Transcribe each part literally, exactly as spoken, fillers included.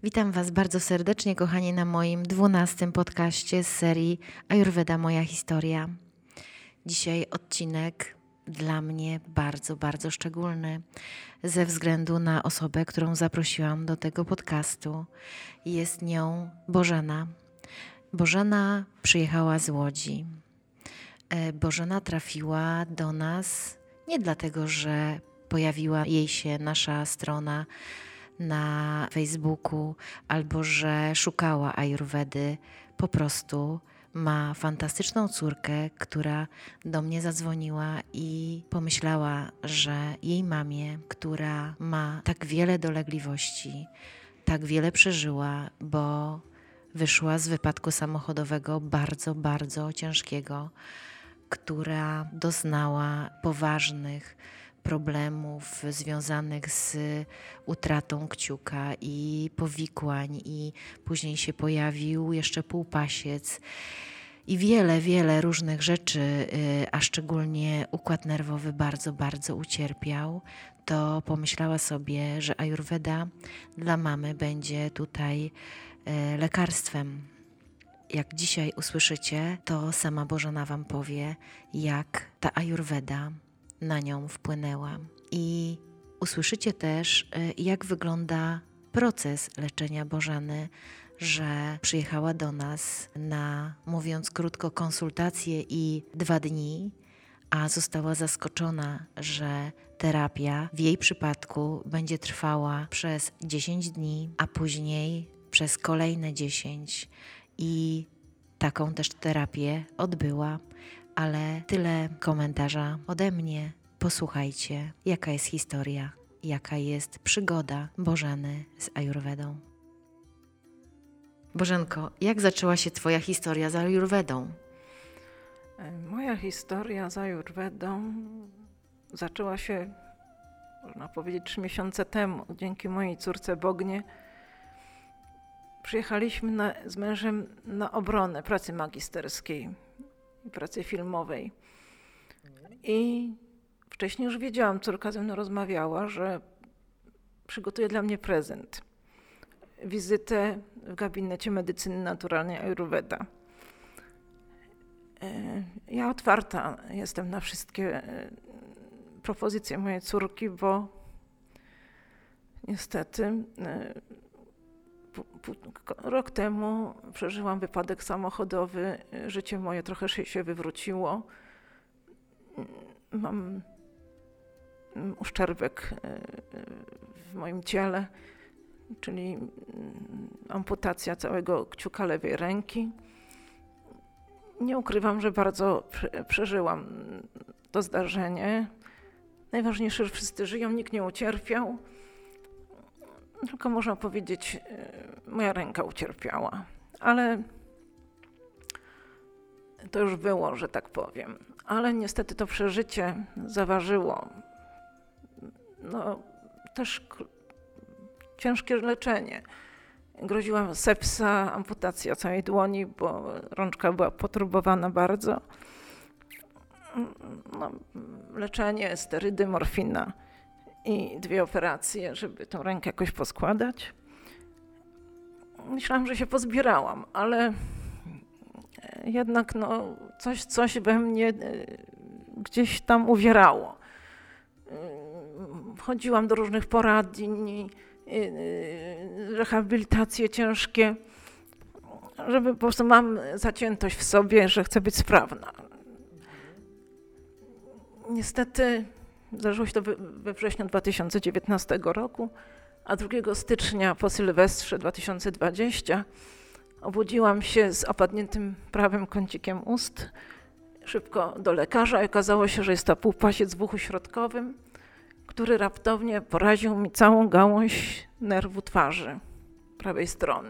Witam Was bardzo serdecznie, kochani, na moim dwunastym podcaście z serii Ayurveda Moja Historia. Dzisiaj odcinek dla mnie bardzo, bardzo szczególny ze względu na osobę, którą zaprosiłam do tego podcastu. Jest nią Bożena. Bożena przyjechała z Łodzi. Bożena trafiła do nas nie dlatego, że pojawiła jej się nasza strona na Facebooku albo że szukała Ayurvedy. Po prostu ma fantastyczną córkę, która do mnie zadzwoniła i pomyślała, że jej mamie, która ma tak wiele dolegliwości, tak wiele przeżyła, bo wyszła z wypadku samochodowego bardzo, bardzo ciężkiego, która doznała poważnych problemów związanych z utratą kciuka i powikłań, i później się pojawił jeszcze półpasiec i wiele, wiele różnych rzeczy, a szczególnie układ nerwowy bardzo, bardzo ucierpiał, to pomyślała sobie, że Ayurveda dla mamy będzie tutaj lekarstwem. Jak dzisiaj usłyszycie, to sama Bożena Wam powie, jak ta Ayurveda na nią wpłynęła. I usłyszycie też, jak wygląda proces leczenia Bożeny, że przyjechała do nas na, mówiąc krótko, konsultacje i dwa dni, a została zaskoczona, że terapia w jej przypadku będzie trwała przez dziesięć dni, a później przez kolejne dziesięć. I taką też terapię odbyła. Ale tyle komentarza ode mnie. Posłuchajcie, jaka jest historia, jaka jest przygoda Bożeny z Ayurvedą. Bożenko, jak zaczęła się Twoja historia z Ayurvedą? Moja historia z Ayurvedą zaczęła się, można powiedzieć, trzy miesiące temu. Dzięki mojej córce Bognie przyjechaliśmy na, z mężem na obronę pracy magisterskiej i pracy filmowej. I wcześniej już wiedziałam, córka ze mną rozmawiała, że przygotuje dla mnie prezent. Wizytę w gabinecie medycyny naturalnej Ayurveda. Ja otwarta jestem na wszystkie propozycje mojej córki, bo niestety rok temu przeżyłam wypadek samochodowy, życie moje trochę się wywróciło. Mam uszczerbek w moim ciele, czyli amputacja całego kciuka lewej ręki. Nie ukrywam, że bardzo przeżyłam to zdarzenie. Najważniejsze, że wszyscy żyją, nikt nie ucierpiał. Tylko można powiedzieć, moja ręka ucierpiała, ale to już było, że tak powiem. Ale niestety to przeżycie zaważyło. No, też ciężkie leczenie. Groziła sepsa, amputacja całej dłoni, bo rączka była poturbowana bardzo. No, leczenie, sterydy, morfina i dwie operacje, żeby tą rękę jakoś poskładać. Myślałam, że się pozbierałam, ale jednak no, coś, coś we mnie gdzieś tam uwierało. Chodziłam do różnych poradni, rehabilitacje ciężkie, żeby po prostu mam zaciętość w sobie, że chcę być sprawna. Niestety zdarzyło się to we wrześniu dwa tysiące dziewiętnastego roku, a drugiego stycznia po Sylwestrze dwa tysiące dwudziestego obudziłam się z opadniętym prawym kącikiem ust. Szybko do lekarza i okazało się, że jest to półpasiec w uchu środkowym, który raptownie poraził mi całą gałąź nerwu twarzy prawej strony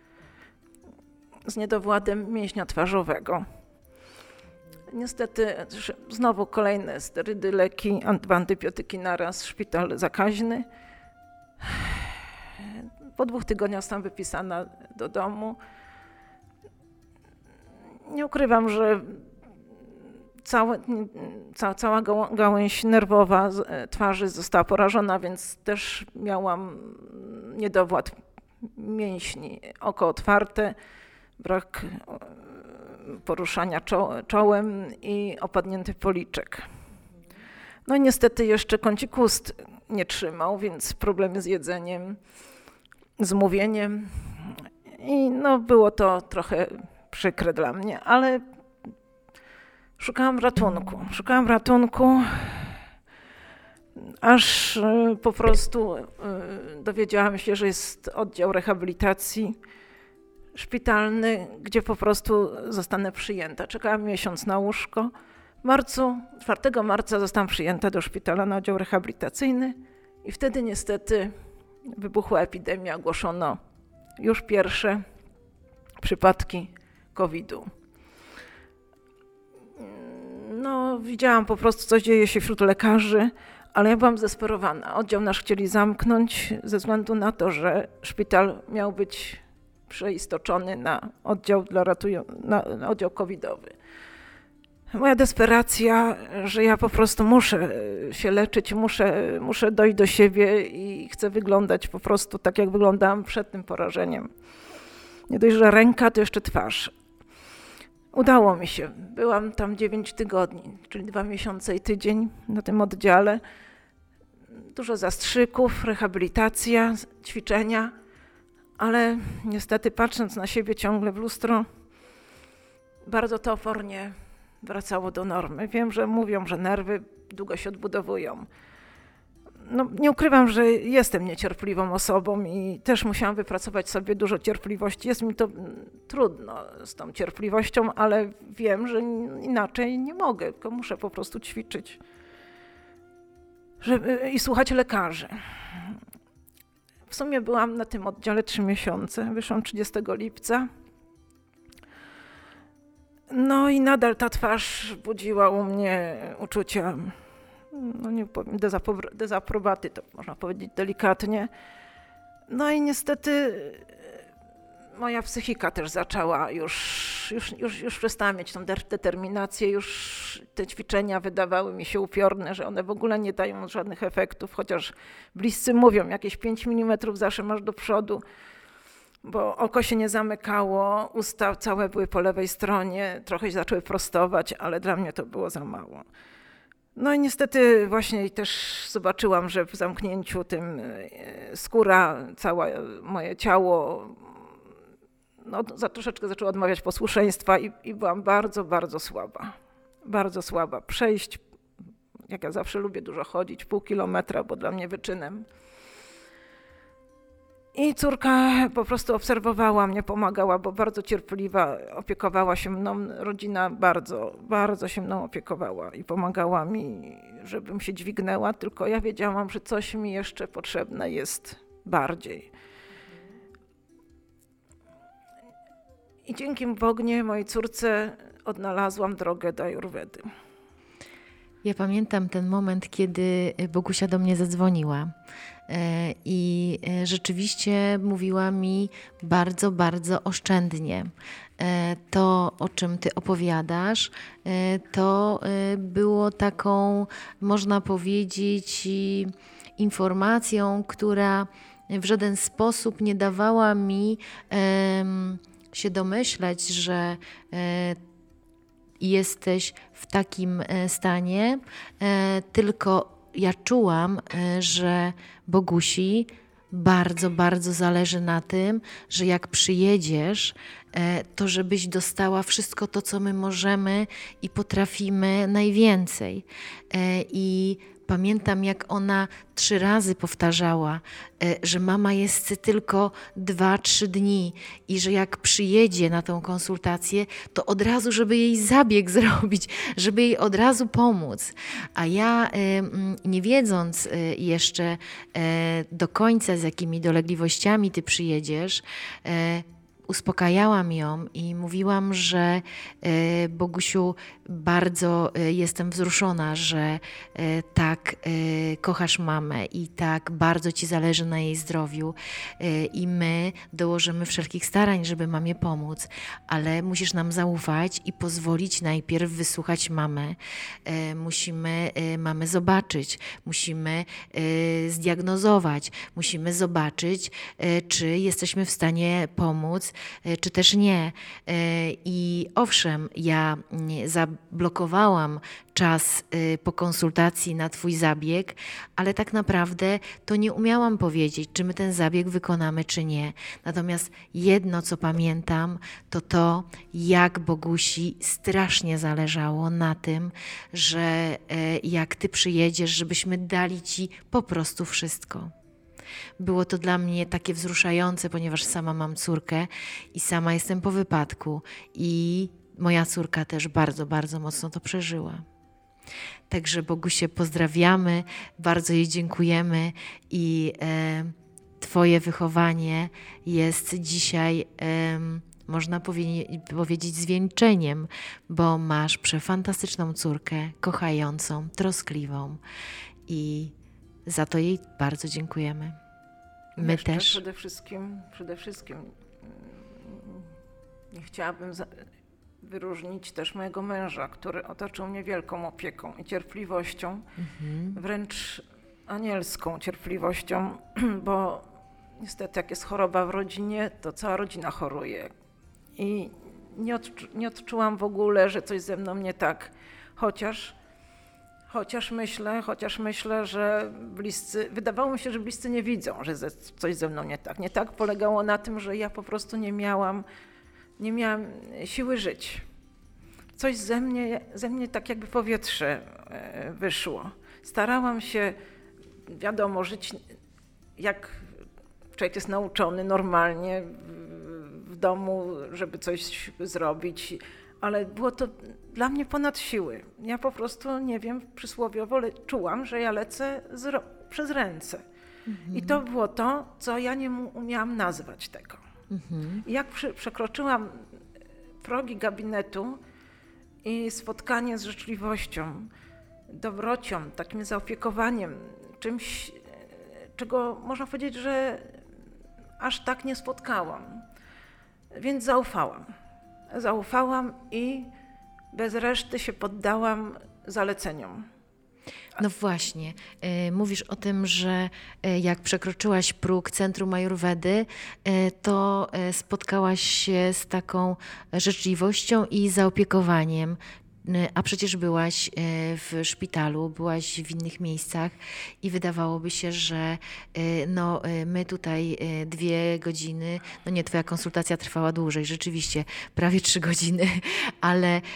z niedowładem mięśnia twarzowego. Niestety znowu kolejne sterydy, leki, antybiotyki naraz, szpital zakaźny. Po dwóch tygodniach zostałam wypisana do domu. Nie ukrywam, że całe, ca, cała gałąź nerwowa twarzy została porażona, więc też miałam niedowład mięśni, oko otwarte, brak poruszania czo- czołem i opadnięty policzek. No i niestety jeszcze kącik ust nie trzymał, więc problemy z jedzeniem, z mówieniem i no było to trochę przykre dla mnie, ale szukałam ratunku. Szukałam ratunku, aż po prostu dowiedziałam się, że jest oddział rehabilitacji szpitalny, gdzie po prostu zostanę przyjęta. Czekałam miesiąc na łóżko. W marcu, czwartego marca zostałam przyjęta do szpitala na oddział rehabilitacyjny i wtedy niestety wybuchła epidemia, ogłoszono już pierwsze przypadki kowida. No, widziałam po prostu, co dzieje się wśród lekarzy, ale ja byłam zdesperowana. Oddział nasz chcieli zamknąć ze względu na to, że szpital miał być przeistoczony na oddział, dla ratują, na, na oddział covidowy. Moja desperacja, że ja po prostu muszę się leczyć, muszę, muszę dojść do siebie i chcę wyglądać po prostu tak, jak wyglądałam przed tym porażeniem. Nie dość, że ręka, to jeszcze twarz. Udało mi się. Byłam tam dziewięć tygodni, czyli dwa miesiące i tydzień na tym oddziale. Dużo zastrzyków, rehabilitacja, ćwiczenia, ale niestety patrząc na siebie ciągle w lustro, bardzo to opornie wracało do normy. Wiem, że mówią, że nerwy długo się odbudowują. No, nie ukrywam, że jestem niecierpliwą osobą i też musiałam wypracować sobie dużo cierpliwości. Jest mi to trudno z tą cierpliwością, ale wiem, że inaczej nie mogę, tylko muszę po prostu ćwiczyć żeby, i słuchać lekarzy. W sumie byłam na tym oddziale trzy miesiące, wyszłam trzydziestego lipca. No i nadal ta twarz budziła u mnie uczucia, no nie powiem, dezapro- dezaprobaty, to można powiedzieć delikatnie. No i niestety moja psychika też zaczęła już, już, już, już przestałam mieć tą determinację, już te ćwiczenia wydawały mi się upiorne, że one w ogóle nie dają żadnych efektów, chociaż bliscy mówią, jakieś pięć milimetrów zawsze masz do przodu, bo oko się nie zamykało, usta całe były po lewej stronie, trochę się zaczęły prostować, ale dla mnie to było za mało. No i niestety właśnie też zobaczyłam, że w zamknięciu tym skóra, całe moje ciało no, za troszeczkę zaczęło odmawiać posłuszeństwa i, i byłam bardzo, bardzo słaba. Bardzo słaba. Przejść, jak ja zawsze lubię dużo chodzić, pół kilometra, bo dla mnie wyczynem. I córka po prostu obserwowała mnie, pomagała, bo bardzo cierpliwa, opiekowała się mną. Rodzina bardzo, bardzo się mną opiekowała i pomagała mi, żebym się dźwignęła, tylko ja wiedziałam, że coś mi jeszcze potrzebne jest bardziej. I dzięki Bognie, mojej córce, odnalazłam drogę do Ajurwedy. Ja pamiętam ten moment, kiedy Bogusia do mnie zadzwoniła i rzeczywiście mówiła mi bardzo, bardzo oszczędnie. To, o czym ty opowiadasz, to było taką, można powiedzieć, informacją, która w żaden sposób nie dawała mi się domyśleć, że jesteś w takim stanie, tylko ja czułam, że Bogusi bardzo, bardzo zależy na tym, że jak przyjedziesz, to żebyś dostała wszystko to, co my możemy i potrafimy najwięcej. I pamiętam, jak ona trzy razy powtarzała, że mama jest tylko dwa, trzy dni i że jak przyjedzie na tą konsultację, to od razu, żeby jej zabieg zrobić, żeby jej od razu pomóc. A ja, nie wiedząc jeszcze do końca, z jakimi dolegliwościami ty przyjedziesz, uspokajałam ją i mówiłam, że Bogusiu, bardzo jestem wzruszona, że tak kochasz mamę i tak bardzo ci zależy na jej zdrowiu i my dołożymy wszelkich starań, żeby mamie pomóc, ale musisz nam zaufać i pozwolić najpierw wysłuchać mamę. Musimy mamę zobaczyć, musimy zdiagnozować, musimy zobaczyć, czy jesteśmy w stanie pomóc, czy też nie. I owszem, ja zablokowałam czas po konsultacji na twój zabieg, ale tak naprawdę to nie umiałam powiedzieć, czy my ten zabieg wykonamy, czy nie. Natomiast jedno, co pamiętam, to to, jak Bogusi strasznie zależało na tym, że jak ty przyjedziesz, żebyśmy dali ci po prostu wszystko. Było to dla mnie takie wzruszające, ponieważ sama mam córkę i sama jestem po wypadku i moja córka też bardzo, bardzo mocno to przeżyła. Także Bogusie pozdrawiamy, bardzo jej dziękujemy i e, twoje wychowanie jest dzisiaj, e, można powie- powiedzieć, zwieńczeniem, bo masz przefantastyczną córkę, kochającą, troskliwą i za to jej bardzo dziękujemy. My Jeszcze też. Przede wszystkim, przede wszystkim nie chciałabym za- wyróżnić też mojego męża, który otoczył mnie wielką opieką i cierpliwością, Mhm. wręcz anielską cierpliwością, bo niestety jak jest choroba w rodzinie, to cała rodzina choruje. I nie, odczu- nie odczułam w ogóle, że coś ze mną nie tak, chociaż, chociaż myślę, chociaż myślę, że bliscy, wydawało mi się, że bliscy nie widzą, że ze, coś ze mną nie tak. Nie tak polegało na tym, że ja po prostu nie miałam, nie miałam siły żyć. Coś ze mnie, ze mnie tak jakby powietrze e, wyszło. Starałam się, wiadomo, żyć jak człowiek jest nauczony normalnie w, w domu, żeby coś zrobić, ale było to dla mnie ponad siły. Ja po prostu, nie wiem, przysłowiowo le- czułam, że ja lecę z ro- przez ręce. Mhm. I to było to, co ja nie mu- umiałam nazwać tego. Mhm. I jak przy, przekroczyłam progi gabinetu i spotkanie z życzliwością, dobrocią, takim zaopiekowaniem, czymś, e, czego można powiedzieć, że aż tak nie spotkałam. Więc zaufałam. Zaufałam i bez reszty się poddałam zaleceniom. No właśnie, y, mówisz o tym, że y, jak przekroczyłaś próg Centrum Ajurwedy, y, to y, spotkałaś się z taką życzliwością i zaopiekowaniem. Y, A przecież byłaś y, w szpitalu, byłaś w innych miejscach i wydawałoby się, że y, no, y, my tutaj y, dwie godziny, no nie, twoja konsultacja trwała dłużej, rzeczywiście, prawie trzy godziny, ale y,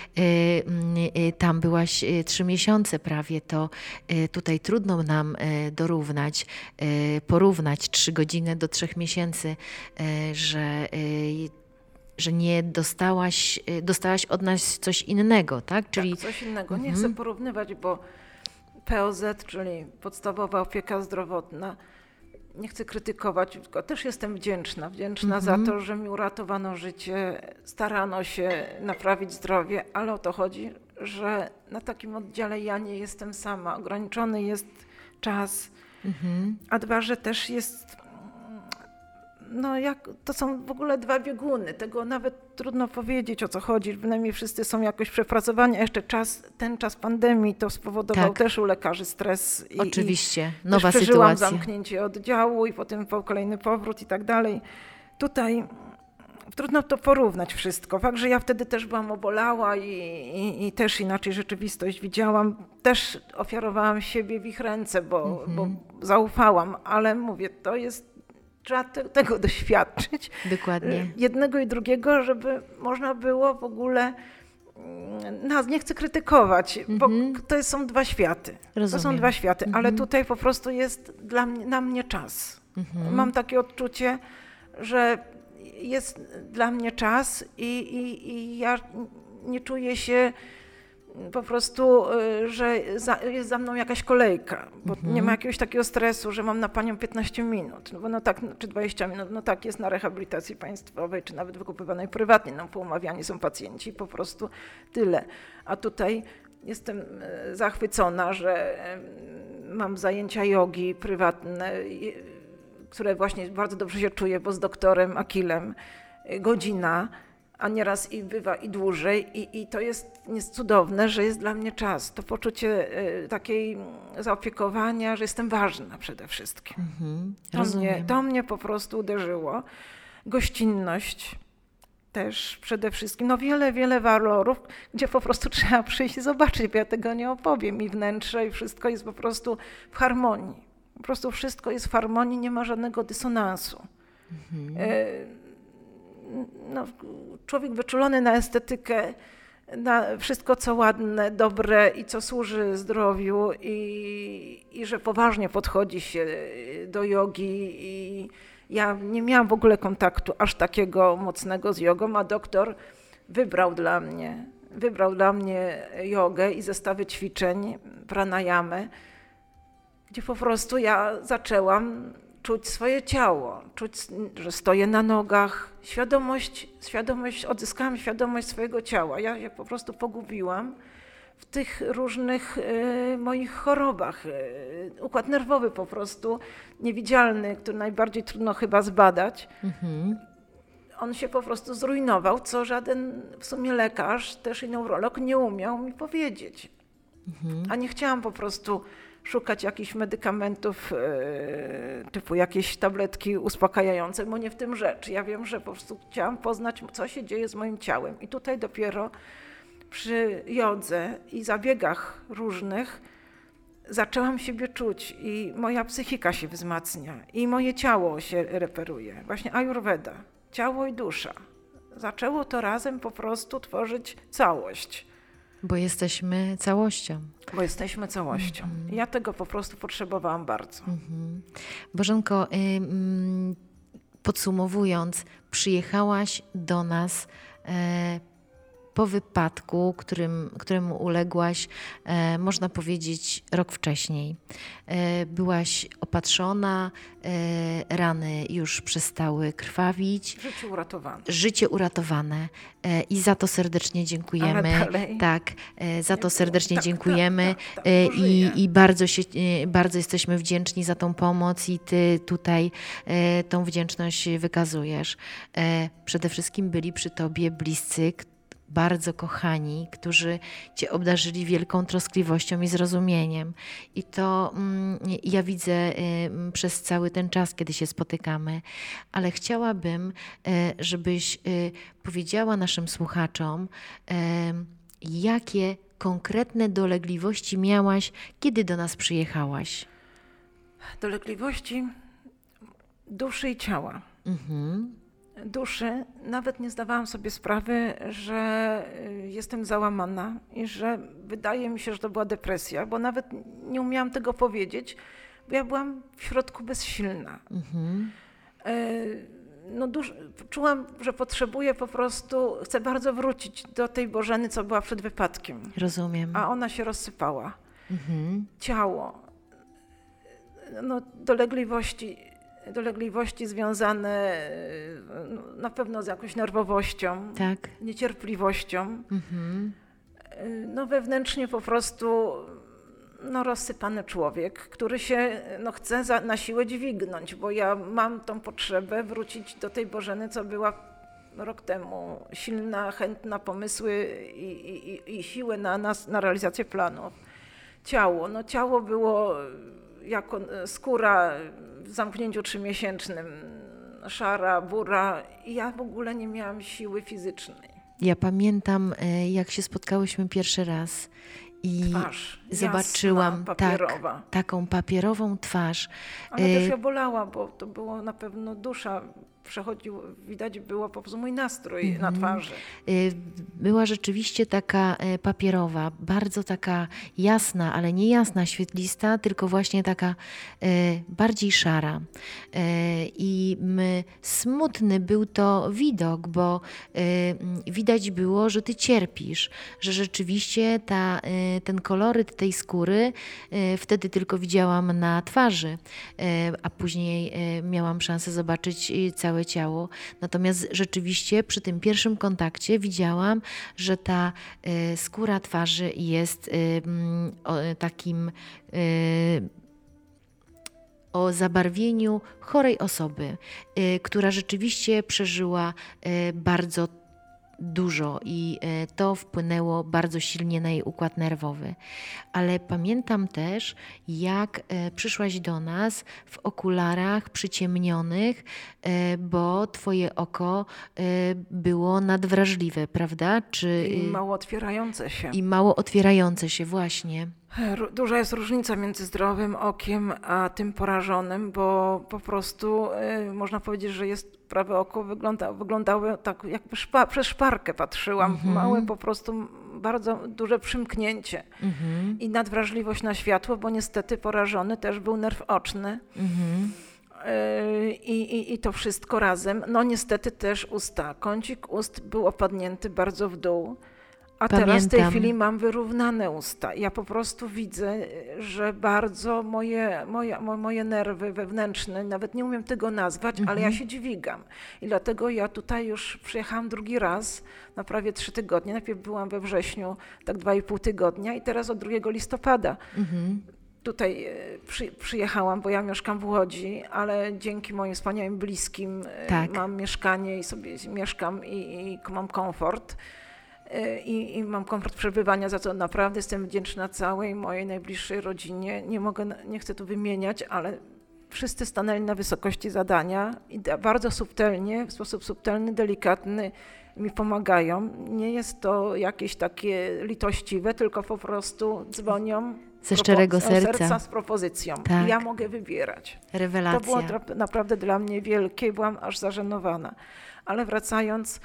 y, tam byłaś y, trzy miesiące prawie, to y, tutaj trudno nam y, dorównać, y, porównać trzy godziny do trzech miesięcy, y, że y, że nie dostałaś, y, dostałaś od nas coś innego, tak? Czyli Tak, coś innego. Nie Mhm. chcę porównywać, bo P O Z, czyli podstawowa opieka zdrowotna, nie chcę krytykować, tylko też jestem wdzięczna. Wdzięczna Mhm. za to, że mi uratowano życie, starano się naprawić zdrowie, ale o to chodzi, że na takim oddziale ja nie jestem sama. Ograniczony jest czas, Mhm. a dwa, że też jest, no jak, to są w ogóle dwa bieguny, tego nawet trudno powiedzieć, o co chodzi, bynajmniej wszyscy są jakoś przepracowani, a jeszcze czas, ten czas pandemii to spowodował Tak. też u lekarzy stres. I, Oczywiście, i nowa też przeżyłam sytuacja. zamknięcie oddziału i potem po- kolejny powrót i tak dalej. Tutaj trudno to porównać wszystko. Fakt, że ja wtedy też byłam obolała i, i, i też inaczej rzeczywistość widziałam, też ofiarowałam siebie w ich ręce, bo, Mhm. bo zaufałam, ale mówię, to jest, trzeba te, tego doświadczyć, Dokładnie. jednego i drugiego, żeby można było w ogóle, mm, nas nie chcę krytykować, Mhm. bo to są dwa światy. To są Rozumiem. dwa światy, ale Mhm. tutaj po prostu jest dla mnie, na mnie czas. Mhm. Mam takie odczucie, że jest dla mnie czas i, i, i ja nie czuję się po prostu, że za, jest za mną jakaś kolejka, bo mhm. nie ma jakiegoś takiego stresu, że mam na panią piętnaście minut, no bo no tak, czy dwadzieścia minut, no tak jest na rehabilitacji państwowej, czy nawet wykupywanej prywatnie, no poumawiani są pacjenci, po prostu tyle. A tutaj jestem zachwycona, że mam zajęcia jogi prywatne, które właśnie bardzo dobrze się czuję, bo z doktorem Akilem godzina, a nieraz i bywa i dłużej i, i to jest, jest cudowne, że jest dla mnie czas. To poczucie y, takiej zaopiekowania, że jestem ważna przede wszystkim. Mm-hmm, to, mnie, to mnie po prostu uderzyło. Gościnność też przede wszystkim. No wiele, wiele walorów, gdzie po prostu trzeba przyjść i zobaczyć, bo ja tego nie opowiem. I wnętrze, i wszystko jest po prostu w harmonii. Po prostu wszystko jest w harmonii, nie ma żadnego dysonansu. Mm-hmm. y, No, człowiek wyczulony na estetykę, na wszystko co ładne, dobre i co służy zdrowiu i, i że poważnie podchodzi się do jogi. I ja nie miałam w ogóle kontaktu aż takiego mocnego z jogą, a doktor wybrał dla mnie, wybrał dla mnie jogę i zestawy ćwiczeń, pranayamy, gdzie po prostu ja zaczęłam czuć swoje ciało, czuć, że stoję na nogach, świadomość, świadomość, odzyskałam świadomość swojego ciała. Ja się po prostu pogubiłam w tych różnych y, moich chorobach. Y, układ nerwowy po prostu niewidzialny, który najbardziej trudno chyba zbadać. Mhm. On się po prostu zrujnował, co żaden w sumie lekarz, też i neurolog nie umiał mi powiedzieć. Mhm. A nie chciałam po prostu szukać jakichś medykamentów typu jakieś tabletki uspokajające, bo nie w tym rzecz. Ja wiem, że po prostu chciałam poznać, co się dzieje z moim ciałem. I tutaj dopiero przy jodze i zabiegach różnych zaczęłam siebie czuć i moja psychika się wzmacnia i moje ciało się reperuje. Właśnie Ajurweda, ciało i dusza. Zaczęło to razem po prostu tworzyć całość. Bo jesteśmy całością. Bo jesteśmy całością. Mm-hmm. Ja tego po prostu potrzebowałam bardzo. Mm-hmm. Bożenko, y, y, podsumowując, przyjechałaś do nas y, po wypadku, którym, któremu uległaś, e, można powiedzieć, rok wcześniej. E, byłaś opatrzona, e, rany już przestały krwawić. Życie uratowane. Życie uratowane e, i za to serdecznie dziękujemy. Ale dalej tak, e, za to serdecznie tak, dziękujemy tak, tak, tak, e, i, i bardzo, się, e, bardzo jesteśmy wdzięczni za tą pomoc i ty tutaj e, tą wdzięczność wykazujesz. E, przede wszystkim byli przy tobie bliscy, bardzo kochani, którzy cię obdarzyli wielką troskliwością i zrozumieniem. I to mm, ja widzę y, przez cały ten czas, kiedy się spotykamy. Ale chciałabym, y, żebyś y, powiedziała naszym słuchaczom, y, jakie konkretne dolegliwości miałaś, kiedy do nas przyjechałaś? Dolegliwości duszy i ciała. Mhm. Duszy, nawet nie zdawałam sobie sprawy, że jestem załamana i że wydaje mi się, że to była depresja, bo nawet nie umiałam tego powiedzieć, bo ja byłam w środku bezsilna. Mhm. No, dusz, czułam, że potrzebuję po prostu, chcę bardzo wrócić do tej Bożeny, co była przed wypadkiem. Rozumiem. A ona się rozsypała. Mhm. Ciało, no, dolegliwości, dolegliwości związane na pewno z jakąś nerwowością, tak, niecierpliwością. Mhm. No wewnętrznie po prostu no, rozsypany człowiek, który się no, chce za, na siłę dźwignąć, bo ja mam tą potrzebę wrócić do tej Bożeny, co była rok temu, silna, chętna, pomysły i, i, i siłę na nas, na realizację planów. Ciało, no ciało było jako skóra w zamknięciu trzymiesięcznym, szara, bura i ja w ogóle nie miałam siły fizycznej. Ja pamiętam, jak się spotkałyśmy pierwszy raz i twarz, zobaczyłam jasna, papierowa. Tak, taką papierową twarz. Ale też ja bolała, bo to było na pewno dusza przechodził, widać było po prostu mój nastrój mm-hmm. na twarzy. Była rzeczywiście taka papierowa, bardzo taka jasna, ale nie jasna, świetlista, tylko właśnie taka bardziej szara. I smutny był to widok, bo widać było, że ty cierpisz, że rzeczywiście ta, ten koloryt tej skóry wtedy tylko widziałam na twarzy, a później miałam szansę zobaczyć całe ciało. Natomiast rzeczywiście przy tym pierwszym kontakcie widziałam, że ta skóra twarzy jest takim o zabarwieniu chorej osoby, która rzeczywiście przeżyła bardzo dużo i to wpłynęło bardzo silnie na jej układ nerwowy. Ale pamiętam też, jak przyszłaś do nas w okularach przyciemnionych, bo twoje oko było nadwrażliwe, prawda? Czy... I mało otwierające się. I mało otwierające się, właśnie. Duża jest różnica między zdrowym okiem a tym porażonym, bo po prostu y, można powiedzieć, że jest prawe oko wygląda, wyglądało tak jakby szpa, przez szparkę patrzyłam, mm-hmm. małe po prostu bardzo duże przymknięcie mm-hmm. i nadwrażliwość na światło, bo niestety porażony też był nerw oczny. Mm-hmm. I, i, I to wszystko razem. No niestety też usta. Kącik ust był opadnięty bardzo w dół. A Pamiętam. Teraz w tej chwili mam wyrównane usta. Ja po prostu widzę, że bardzo moje, moje, moje nerwy wewnętrzne, nawet nie umiem tego nazwać, mhm. ale ja się dźwigam. I dlatego ja tutaj już przyjechałam drugi raz na prawie trzy tygodnie. Najpierw byłam we wrześniu, tak dwa i pół tygodnia i teraz od drugiego listopada. Mhm. Tutaj przy, przyjechałam, bo ja mieszkam w Łodzi, ale dzięki moim wspaniałym bliskim tak. mam mieszkanie i sobie mieszkam i, i mam komfort. I, I mam komfort przebywania, za co naprawdę jestem wdzięczna całej mojej najbliższej rodzinie. Nie mogę, nie chcę tu wymieniać, ale wszyscy stanęli na wysokości zadania i bardzo subtelnie, w sposób subtelny, delikatny mi pomagają. Nie jest to jakieś takie litościwe, tylko po prostu dzwonią ze szczerego serca. serca z propozycją. Tak. I ja mogę wybierać. Rewelacja. To było tra- naprawdę dla mnie wielkie, byłam aż zażenowana. Ale wracając,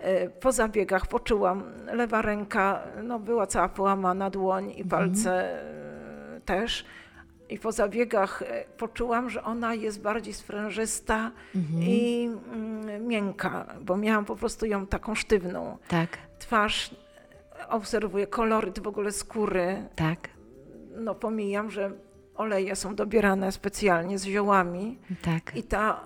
po zabiegach poczułam, lewa ręka no, była cała połamana, dłoń i palce mm. też. I po zabiegach poczułam, że ona jest bardziej sprężysta mm-hmm. i mm, miękka, bo miałam po prostu ją taką sztywną. Tak. Twarz, obserwuję koloryt w ogóle skóry. Tak. No pomijam, że oleje są dobierane specjalnie z ziołami. Tak. I ta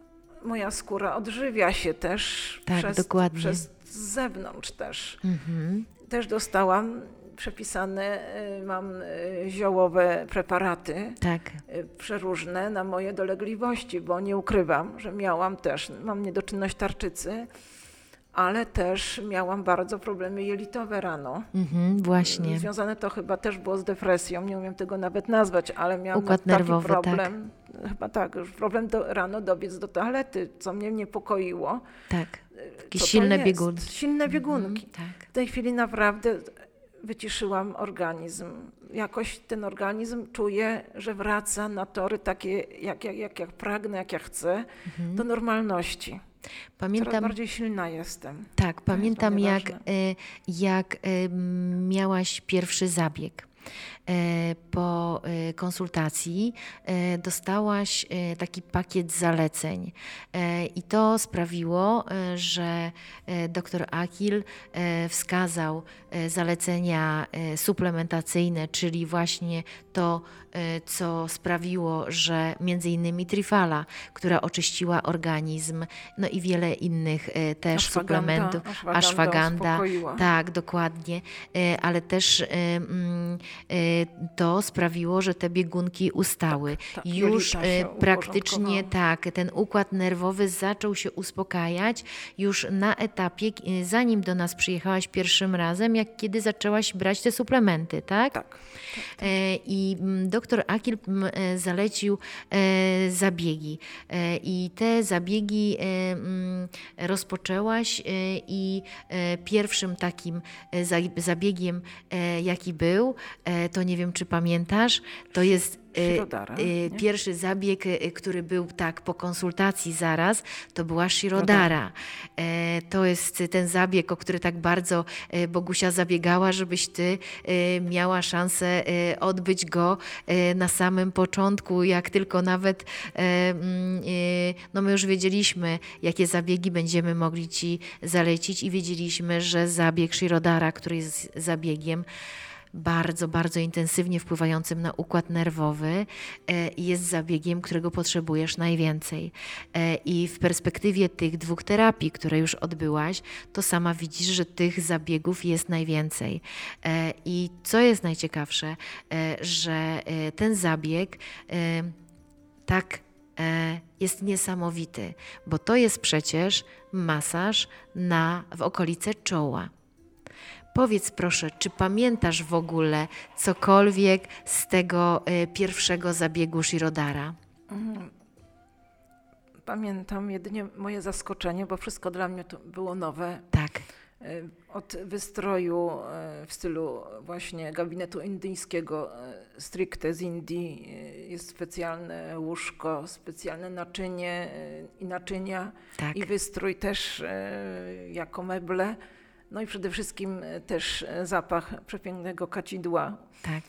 moja skóra odżywia się też tak, przez, dokładnie. przez z zewnątrz też. Mm-hmm. Też dostałam przepisane, mam ziołowe preparaty tak. przeróżne na moje dolegliwości, bo nie ukrywam, że miałam też, mam niedoczynność tarczycy, ale też miałam bardzo problemy jelitowe rano. Mm-hmm, właśnie. Związane to chyba też było z depresją, nie umiem tego nawet nazwać, ale miałam Układ taki nerwowy, problem, tak. chyba tak, już problem do, rano dobiec do toalety, co mnie niepokoiło. Tak, takie silne biegunki. Silne biegunki. Mm-hmm, tak. W tej chwili naprawdę wyciszyłam organizm. Jakoś ten organizm czuje, że wraca na tory takie, jak, jak, jak, jak pragnę, jak ja chcę, mm-hmm. do normalności. Pamiętam, coraz bardziej silna jestem. Tak, pamiętam jak, jak miałaś pierwszy zabieg. Po konsultacji dostałaś taki pakiet zaleceń i to sprawiło, że doktor Akil wskazał zalecenia suplementacyjne, czyli właśnie to, co sprawiło, że między innymi Trifala, która oczyściła organizm, no i wiele innych też ashwaganda, suplementów, ashwaganda, ashwaganda tak, dokładnie, ale też to sprawiło, że te biegunki ustały. Tak, tak, już praktycznie tak, ten układ nerwowy zaczął się uspokajać już na etapie, zanim do nas przyjechałaś pierwszym razem, jak kiedy zaczęłaś brać te suplementy, tak? Tak. tak, tak. I doktor Akil zalecił zabiegi i te zabiegi rozpoczęłaś i pierwszym takim zabiegiem, jaki był, to nie wiem, czy pamiętasz, to jest Shirodara, y, pierwszy zabieg, y, który był tak po konsultacji zaraz, to była Shirodara. E, to jest ten zabieg, o który tak bardzo y, Bogusia zabiegała, żebyś ty y, miała szansę y, odbyć go y, na samym początku, jak tylko nawet y, y, no my już wiedzieliśmy, jakie zabiegi będziemy mogli ci zalecić i wiedzieliśmy, że zabieg Shirodara, który jest zabiegiem bardzo, bardzo intensywnie wpływającym na układ nerwowy, jest zabiegiem, którego potrzebujesz najwięcej. I w perspektywie tych dwóch terapii, które już odbyłaś, to sama widzisz, że tych zabiegów jest najwięcej. I co jest najciekawsze, że ten zabieg tak jest niesamowity, bo to jest przecież masaż na, w okolice czoła. Powiedz proszę, czy pamiętasz w ogóle cokolwiek z tego y, pierwszego zabiegu Shirodara? Pamiętam jedynie moje zaskoczenie, bo wszystko dla mnie to było nowe. Tak. Od wystroju w stylu właśnie gabinetu indyjskiego, stricte z Indii, jest specjalne łóżko, specjalne naczynie i naczynia Tak. i wystrój też jako meble. No i przede wszystkim też zapach przepięknego kadzidła. Tak.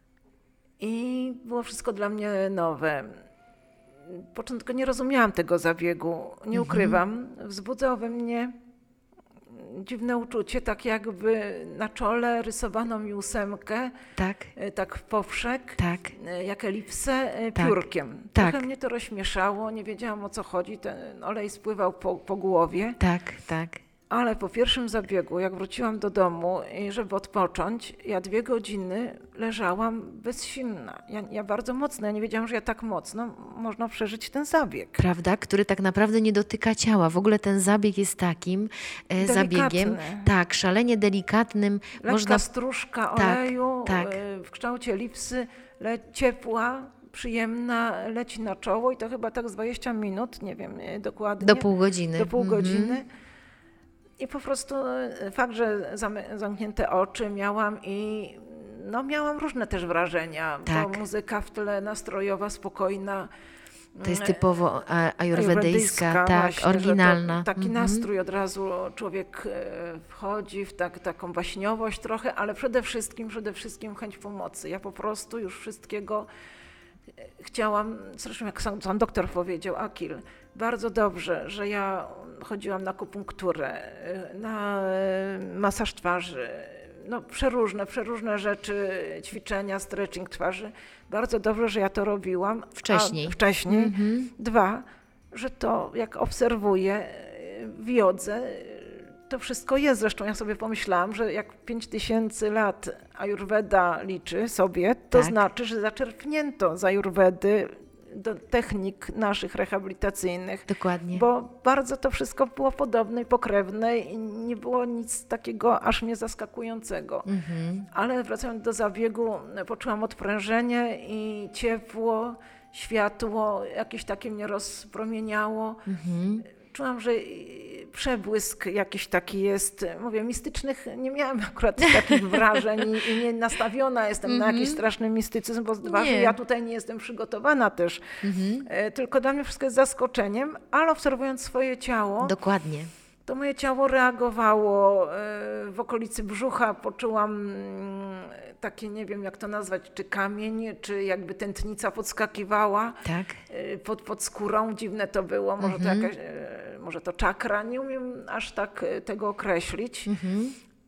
I było wszystko dla mnie nowe. Początkowo nie rozumiałam tego zabiegu, nie ukrywam. Wzbudzał we mnie dziwne uczucie, tak jakby na czole rysowano mi ósemkę, Tak. tak w powszek, Tak. jak elipsę Tak. piórkiem. Tak. Trochę mnie to rozśmieszało, nie wiedziałam, o co chodzi, ten olej spływał po, po głowie. Tak, tak. Ale po pierwszym zabiegu, jak wróciłam do domu, i żeby odpocząć, ja dwie godziny leżałam bezsilna. Ja, ja bardzo mocno, ja nie wiedziałam, że ja tak mocno można przeżyć ten zabieg. Prawda? Który tak naprawdę nie dotyka ciała. W ogóle ten zabieg jest takim e, zabiegiem, tak, szalenie delikatnym. Lekka można... stróżka tak, oleju tak. e, w kształcie elipsy, le, ciepła, przyjemna, leci na czoło i to chyba tak z dwadzieścia minut, nie wiem e, dokładnie. Do pół godziny. Do pół Mhm. godziny. I po prostu fakt, że zamknięte oczy miałam i no miałam różne też wrażenia. Tak. Bo muzyka w tle nastrojowa, spokojna. To jest typowo ajurwedyjska, tak, właśnie, oryginalna. Taki mhm. nastrój, od razu człowiek wchodzi w tak, taką baśniowość trochę, ale przede wszystkim, przede wszystkim chęć pomocy. Ja po prostu już wszystkiego chciałam, zresztą jak sam, sam doktor powiedział, Akil, bardzo dobrze, że ja chodziłam na akupunkturę, na masaż twarzy, no przeróżne, przeróżne rzeczy, ćwiczenia, stretching twarzy. Bardzo dobrze, że ja to robiłam. Wcześniej. A wcześniej. Mm-hmm. Dwa, że to jak obserwuję w jodze, to wszystko jest. Zresztą ja sobie pomyślałam, że jak pięć tysięcy lat Ajurweda liczy sobie, to tak. znaczy, że zaczerpnięto z Ajurwedy do technik naszych rehabilitacyjnych. Dokładnie. Bo bardzo to wszystko było podobne i pokrewne i nie było nic takiego aż mnie zaskakującego. Mhm. Ale wracając do zabiegu, poczułam odprężenie i ciepło, światło, jakieś takie mnie rozpromieniało. Mhm. Czułam, że przebłysk jakiś taki jest, mówię, mistycznych nie miałam akurat takich wrażeń i, i nie nastawiona jestem mm-hmm. na jakiś straszny mistycyzm, bo dwa, że ja tutaj nie jestem przygotowana też, mm-hmm. e, tylko dla mnie wszystko jest zaskoczeniem, ale obserwując swoje ciało, dokładnie. To moje ciało reagowało e, w okolicy brzucha, poczułam e, takie, nie wiem jak to nazwać, czy kamień, czy jakby tętnica podskakiwała tak. e, pod, pod skórą, dziwne to było, może, mm-hmm. to jakaś, e, może to czakra, nie umiem aż tak tego określić, mm-hmm.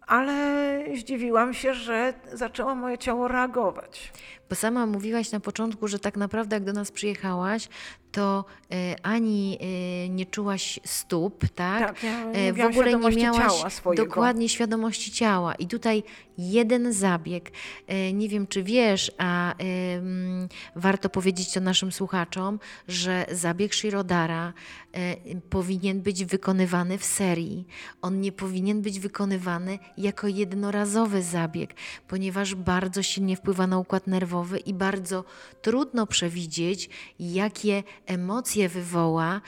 ale zdziwiłam się, że zaczęło moje ciało reagować. Bo sama mówiłaś na początku, że tak naprawdę jak do nas przyjechałaś, to y, ani y, nie czułaś stóp, tak? Tak, ja nie w ogóle nie miałaś ciała swojego. dokładnie świadomości ciała. I tutaj jeden zabieg, y, nie wiem czy wiesz, a y, y, warto powiedzieć to naszym słuchaczom, że zabieg Shirodara y, powinien być wykonywany w serii. On nie powinien być wykonywany jako jednorazowy zabieg, ponieważ bardzo silnie wpływa na układ nerwowy i bardzo trudno przewidzieć, jakie emocje wywoła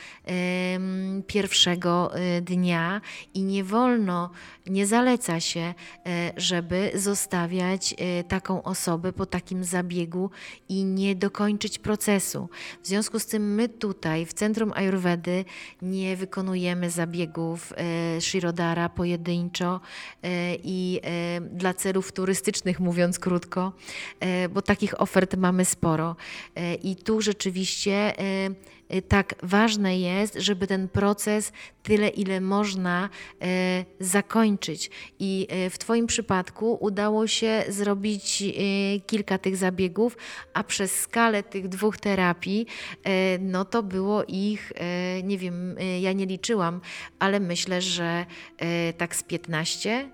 em, pierwszego e, dnia i nie wolno, nie zaleca się, e, żeby zostawiać e, taką osobę po takim zabiegu i nie dokończyć procesu. W związku z tym my tutaj w Centrum Ajurwedy nie wykonujemy zabiegów e, Shirodhara pojedynczo e, i e, dla celów turystycznych, mówiąc krótko, e, bo takich ofert mamy sporo. E, I tu rzeczywiście e, tak ważne jest, żeby ten proces tyle, ile można e, zakończyć. I e, w Twoim przypadku udało się zrobić e, kilka tych zabiegów, a przez skalę tych dwóch terapii, e, no to było ich, e, nie wiem, e, ja nie liczyłam, ale myślę, że e, tak z piętnaście.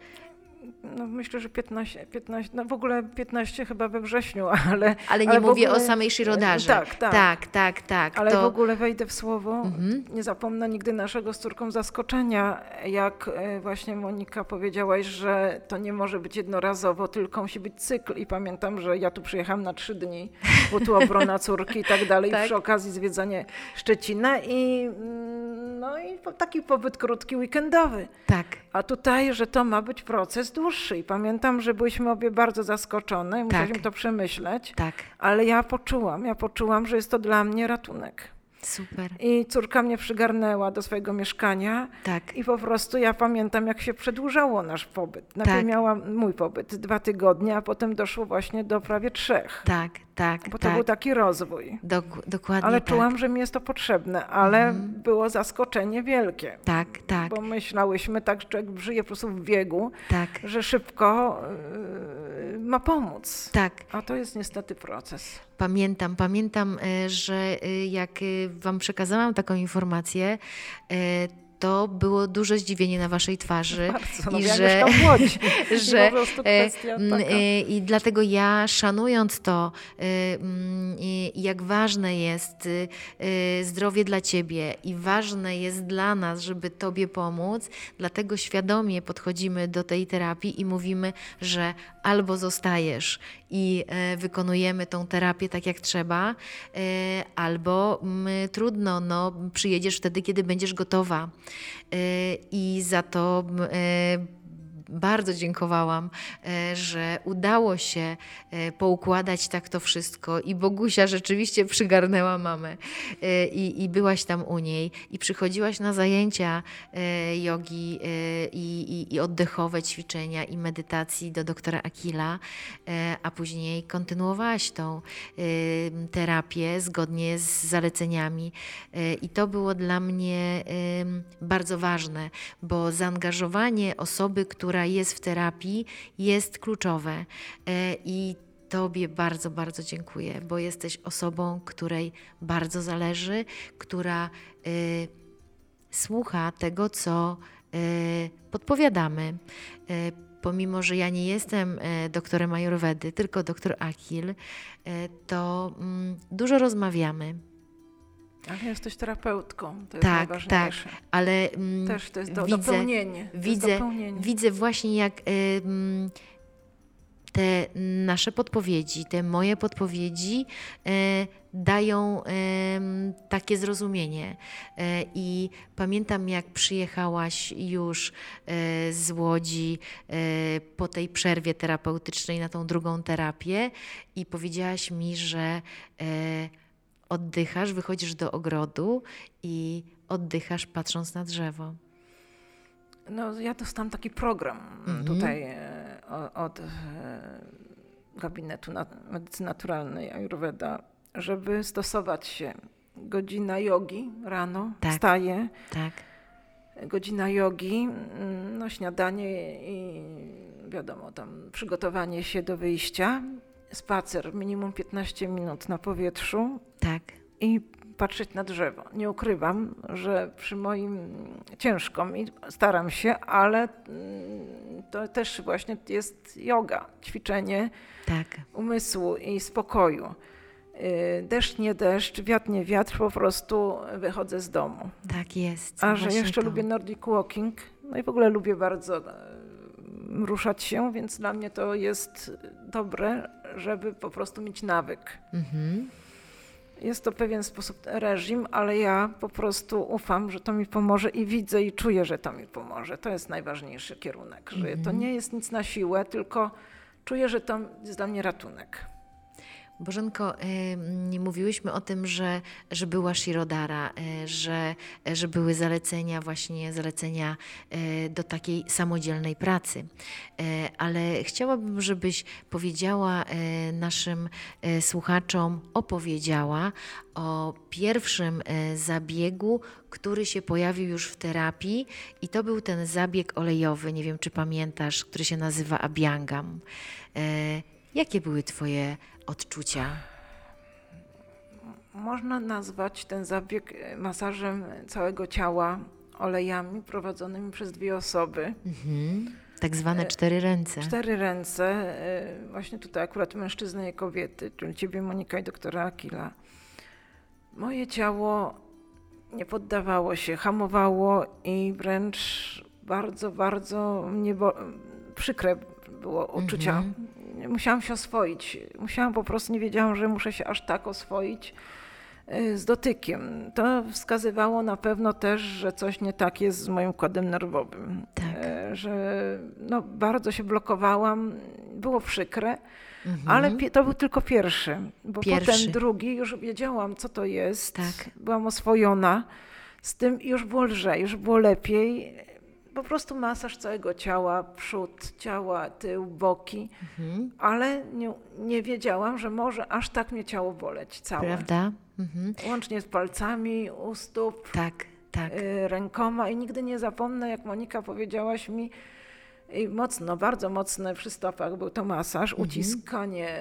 No myślę, że piętnaście, piętnaście, no w ogóle piętnaście chyba we wrześniu, ale... Ale nie ale mówię ogóle, o samej Shirodharze. Tak, tak. Tak, tak, tak. Ale to... w ogóle wejdę w słowo, Mhm. nie zapomnę nigdy naszego z córką zaskoczenia, jak właśnie Monika powiedziałaś, że to nie może być jednorazowo, tylko musi być cykl. I pamiętam, że ja tu przyjechałam na trzy dni, bo tu obrona córki i tak dalej, Tak. przy okazji zwiedzanie Szczecina i, no i taki pobyt krótki, weekendowy. Tak. A tutaj, że to ma być proces dłuższy. I pamiętam, że byliśmy obie bardzo zaskoczone, musieliśmy Tak. to przemyśleć, Tak. ale ja poczułam, ja poczułam, że jest to dla mnie ratunek. Super. I córka mnie przygarnęła do swojego mieszkania Tak. i po prostu ja pamiętam, jak się przedłużało nasz pobyt. Najpierw Tak. miałam mój pobyt dwa tygodnie, a potem doszło właśnie do prawie trzech. Tak, tak, Bo to tak. był taki rozwój. Dok- dokładnie Ale tak. czułam, że mi jest to potrzebne, ale Mhm. było zaskoczenie wielkie. Tak, tak, Bo myślałyśmy tak, że człowiek żyje po prostu w biegu, tak, że szybko yy, ma pomóc. tak. A to jest niestety proces. Pamiętam, pamiętam, e, że e, jak e, Wam przekazałam taką informację, e, to było duże zdziwienie na Waszej twarzy. Bardzo, no I ja że, mieszkam w Łodzi. że, I po prostu e, kwestia m, taka. e, I dlatego ja, szanując to, e, m, i jak ważne jest e, zdrowie dla Ciebie i ważne jest dla nas, żeby Tobie pomóc, dlatego świadomie podchodzimy do tej terapii i mówimy, że albo zostajesz i e, wykonujemy tą terapię tak jak trzeba, e, albo m, trudno, no, przyjedziesz wtedy, kiedy będziesz gotowa. E, I za to m, e, bardzo dziękowałam, e, że udało się e, poukładać tak to wszystko i Bogusia rzeczywiście przygarnęła mamę e, i, i byłaś tam u niej i przychodziłaś na zajęcia e, jogi e, i, i, i oddechowe ćwiczenia i medytacji do doktora Akila, e, a później kontynuowałaś tą e, terapię zgodnie z zaleceniami e, i to było dla mnie e, bardzo ważne, bo zaangażowanie osoby, która jest w terapii, jest kluczowe. E, I Tobie bardzo, bardzo dziękuję, bo jesteś osobą, której bardzo zależy, która e, słucha tego, co e, podpowiadamy. E, Pomimo, że ja nie jestem e, doktorem Ajurwedy, tylko doktor Akil, e, to mm, dużo rozmawiamy. Ale jesteś terapeutką, to jest Tak, tak, najważniejsze. ale mm, Też to jest do, widzę, dopełnienie. To widzę, jest dopełnienie. widzę właśnie jak y, mm, te nasze podpowiedzi, te moje podpowiedzi y, dają y, takie zrozumienie. Y, I pamiętam, jak przyjechałaś już y, z Łodzi y, po tej przerwie terapeutycznej na tą drugą terapię i powiedziałaś mi, że y, oddychasz, wychodzisz do ogrodu i oddychasz patrząc na drzewo. No, ja dostałam taki program Mhm. tutaj e, o- od e, Gabinetu Nat- Medycyny Naturalnej Ajurweda, żeby stosować się. Godzina jogi rano, Tak. wstaję, Tak, godzina jogi, mm, no śniadanie i wiadomo, tam przygotowanie się do wyjścia, spacer minimum piętnaście minut na powietrzu tak, i patrzeć na drzewo. Nie ukrywam, że przy moim ciężko mi, staram się, ale mm, to też właśnie jest joga, ćwiczenie tak, umysłu i spokoju. Y, Deszcz, nie deszcz, wiatr, nie wiatr, po prostu wychodzę z domu. tak jest. A że Właśnie jeszcze to. lubię Nordic Walking, no i w ogóle lubię bardzo e, ruszać się, więc dla mnie to jest dobre, żeby po prostu mieć nawyk. Mhm. Jest to w pewien sposób reżim, ale ja po prostu ufam, że to mi pomoże i widzę i czuję, że to mi pomoże. To jest najważniejszy kierunek, że to nie jest nic na siłę, tylko czuję, że to jest dla mnie ratunek. Bożenko, y, mówiłyśmy o tym, że, że była Shirodara, y, że, że były zalecenia, właśnie zalecenia y, do takiej samodzielnej pracy. Y, ale chciałabym, żebyś powiedziała y, naszym y, słuchaczom, opowiedziała o pierwszym y, zabiegu, który się pojawił już w terapii i to był ten zabieg olejowy, nie wiem czy pamiętasz, który się nazywa Abhyangam. Y, jakie były twoje odczucia? Można nazwać ten zabieg masażem całego ciała olejami prowadzonymi przez dwie osoby. Mhm. Tak zwane cztery ręce. Cztery ręce. Właśnie tutaj akurat mężczyzny i kobiety, czyli ciebie, Monika, i doktora Akila. Moje ciało nie poddawało się, hamowało i wręcz bardzo, bardzo mnie bo- przykre było uczucia. Mhm. Musiałam się oswoić. Musiałam po prostu, nie wiedziałam, że muszę się aż tak oswoić z dotykiem. To wskazywało na pewno też, że coś nie tak jest z moim układem nerwowym. Tak. Że no, bardzo się blokowałam. Było przykre, mhm. ale pi- to był tylko pierwszy. Bo pierwszy. Potem drugi, już wiedziałam, co to jest. Tak. Byłam oswojona z tym i już było lżej, już było lepiej. Po prostu masaż całego ciała, przód, ciała, tył, boki, mhm. ale nie, nie wiedziałam, że może aż tak mnie ciało boleć całe. Prawda? Mhm. Łącznie z palcami u stóp, tak, tak. Y, rękoma i nigdy nie zapomnę, jak Monika powiedziałaś mi, i mocno, bardzo mocny przy stopach był to masaż, mhm. uciskanie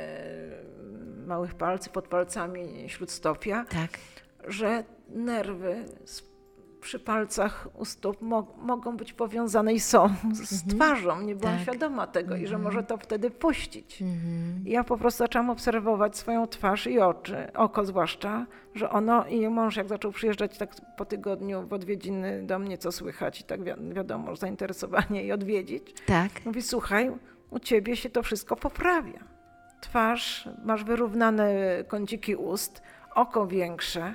małych palców pod palcami śródstopia, tak. że nerwy przy palcach u stóp mo- mogą być powiązane i są z mm-hmm. twarzą. Nie byłam tak. świadoma tego mm-hmm. i że może to wtedy puścić. Mm-hmm. I ja po prostu zaczęłam obserwować swoją twarz i oczy, oko zwłaszcza, że ono i mąż jak zaczął przyjeżdżać tak po tygodniu w odwiedziny do mnie, co słychać i tak wi- wiadomo, zainteresowanie i odwiedzić. Tak. Mówi, słuchaj, u ciebie się to wszystko poprawia. Twarz, masz wyrównane kąciki ust, oko większe,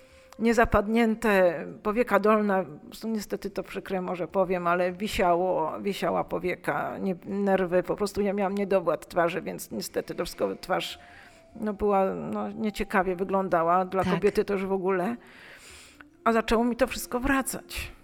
niezapadnięte, powieka dolna, niestety to przykre może powiem, ale wisiało, wisiała powieka, nie, nerwy, po prostu ja miałam niedowład twarzy, więc niestety to wszystko twarz no, była, no, nieciekawie wyglądała, dla tak. kobiety to już w ogóle, a zaczęło mi to wszystko wracać.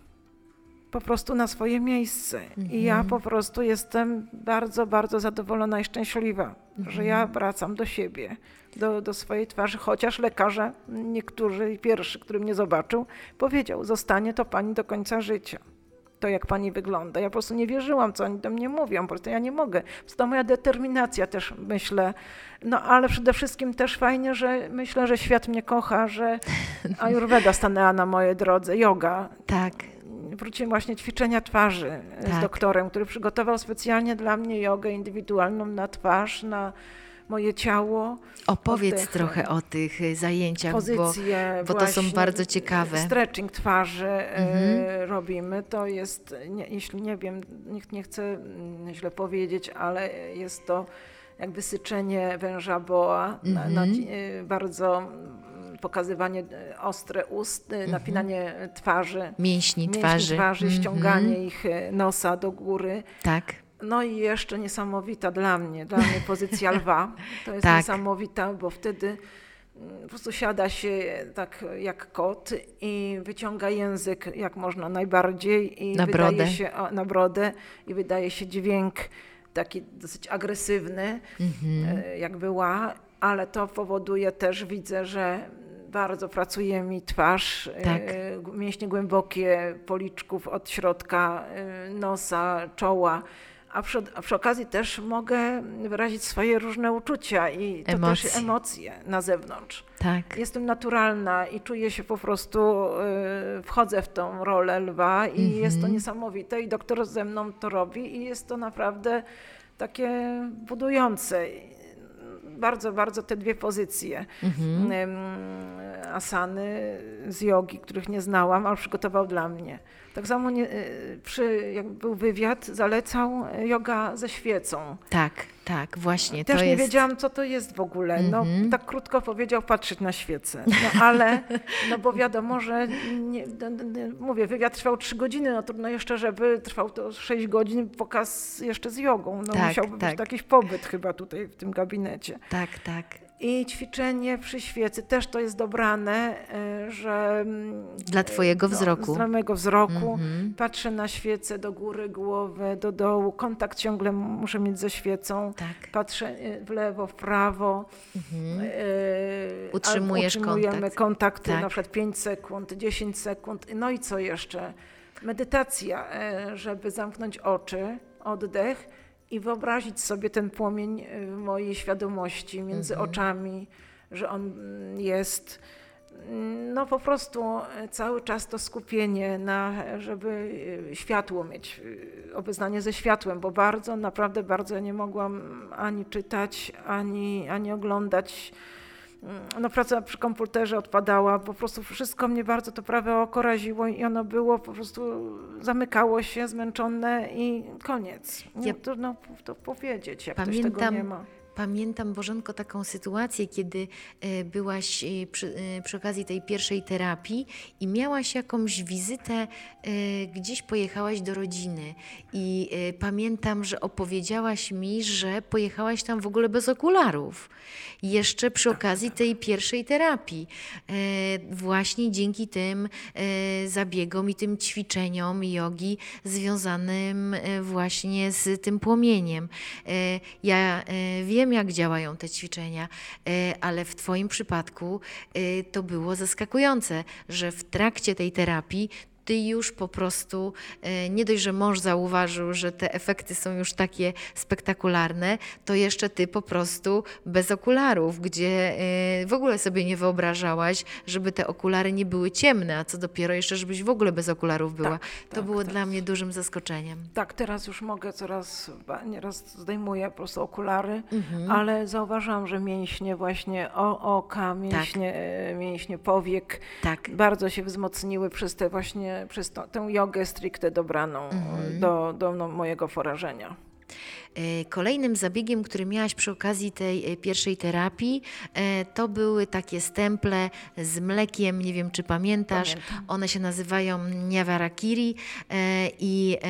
Po prostu na swoje miejsce. Mhm. I ja po prostu jestem bardzo, bardzo zadowolona i szczęśliwa, mhm. że ja wracam do siebie, do, do swojej twarzy, chociaż lekarze, niektórzy, pierwszy, który mnie zobaczył, powiedział, zostanie to pani do końca życia. To jak pani wygląda. Ja po prostu nie wierzyłam, co oni do mnie mówią, po prostu ja nie mogę. To moja determinacja też, myślę. No ale przede wszystkim też fajnie, że myślę, że świat mnie kocha, że Ayurveda stanęła na mojej drodze, yoga. Tak. Wróciłem właśnie ćwiczenia twarzy tak. z doktorem, który przygotował specjalnie dla mnie jogę indywidualną na twarz, na moje ciało. Opowiedz oddechy. Trochę o tych zajęciach, Pozycje, bo, bo to są bardzo ciekawe. Stretching twarzy mhm. robimy. To jest, nie, jeśli nie wiem, nikt nie chce źle powiedzieć, ale jest to jakby syczenie węża boa, mhm. na, na, bardzo pokazywanie ostre ust, mhm. napinanie twarzy, mięśni, mięśni twarzy, twarzy mhm. ściąganie ich nosa do góry. Tak. No i jeszcze niesamowita dla mnie, dla mnie pozycja lwa. To jest tak. niesamowita, bo wtedy po prostu siada się tak jak kot i wyciąga język jak można najbardziej i na wydaje brodę. się o, na brodę i wydaje się dźwięk taki dosyć agresywny, mhm. jakby ła, ale to powoduje też, widzę, że bardzo pracuje mi twarz, tak. mięśnie głębokie policzków od środka, nosa, czoła. A przy, a przy okazji też mogę wyrazić swoje różne uczucia i to emocje. Też emocje na zewnątrz. Tak. Jestem naturalna i czuję się po prostu, y, wchodzę w tą rolę lwa i mm-hmm. jest to niesamowite i doktor ze mną to robi i jest to naprawdę takie budujące. Bardzo, bardzo te dwie pozycje mm-hmm. asany z jogi, których nie znałam, ale przygotował dla mnie. Tak samo nie, przy, jak był wywiad, zalecał joga ze świecą. Tak, tak, właśnie. Też to nie jest... wiedziałam, co to jest w ogóle. No, mm-hmm. tak krótko powiedział, patrzeć na świecę. No ale, no bo wiadomo, że nie, nie, nie, mówię, wywiad trwał trzy godziny, no trudno jeszcze, żeby trwał to sześć godzin, pokaz jeszcze z jogą. No tak, musiałby tak. być jakiś pobyt chyba tutaj w tym gabinecie. Tak, tak. I ćwiczenie przy świecy też to jest dobrane, że... Dla twojego wzroku. No, dla mojego wzroku. Mm-hmm. Patrzę na świecę, do góry głowy, do dołu. Kontakt ciągle muszę mieć ze świecą. Tak. Patrzę w lewo, w prawo. Mm-hmm. e, Utrzymujesz utrzymujemy kontakt. kontakty tak. na przykład pięć sekund, dziesięć sekund. No i co jeszcze? Medytacja, żeby zamknąć oczy, oddech i wyobrazić sobie ten płomień w mojej świadomości między mhm. oczami, że on jest, no po prostu cały czas to skupienie na, żeby światło mieć, obeznanie ze światłem, bo bardzo, naprawdę bardzo nie mogłam ani czytać, ani, ani oglądać. No praca przy komputerze odpadała, po prostu wszystko mnie bardzo to prawe oko raziło i ono było po prostu, zamykało się zmęczone i koniec. Nie, ja trudno to powiedzieć, jak pamiętam, ktoś tego nie ma. Pamiętam, Bożenko, taką sytuację, kiedy byłaś przy, przy okazji tej pierwszej terapii i miałaś jakąś wizytę, gdzieś pojechałaś do rodziny i pamiętam, że opowiedziałaś mi, że pojechałaś tam w ogóle bez okularów. Jeszcze przy okazji tej pierwszej terapii. Właśnie dzięki tym zabiegom i tym ćwiczeniom jogi związanym właśnie z tym płomieniem. Ja wiem, jak działają te ćwiczenia, ale w twoim przypadku to było zaskakujące, że w trakcie tej terapii ty już po prostu, nie dość, że mąż zauważył, że te efekty są już takie spektakularne, to jeszcze ty po prostu bez okularów, gdzie w ogóle sobie nie wyobrażałaś, żeby te okulary nie były ciemne, a co dopiero jeszcze, żebyś w ogóle bez okularów była. Tak, to tak, było tak. dla mnie dużym zaskoczeniem. Tak, teraz już mogę coraz, nieraz zdejmuję po prostu okulary, Mhm. ale zauważyłam, że mięśnie właśnie o, oka, mięśnie, tak. mięśnie powiek tak. bardzo się wzmocniły przez te właśnie przez to, tę jogę stricte dobraną mhm. do, do no, mojego forażenia. Kolejnym zabiegiem, który miałaś przy okazji tej pierwszej terapii, to były takie stemple z mlekiem, nie wiem czy pamiętasz, Pamiętam. One się nazywają Niavarakiri i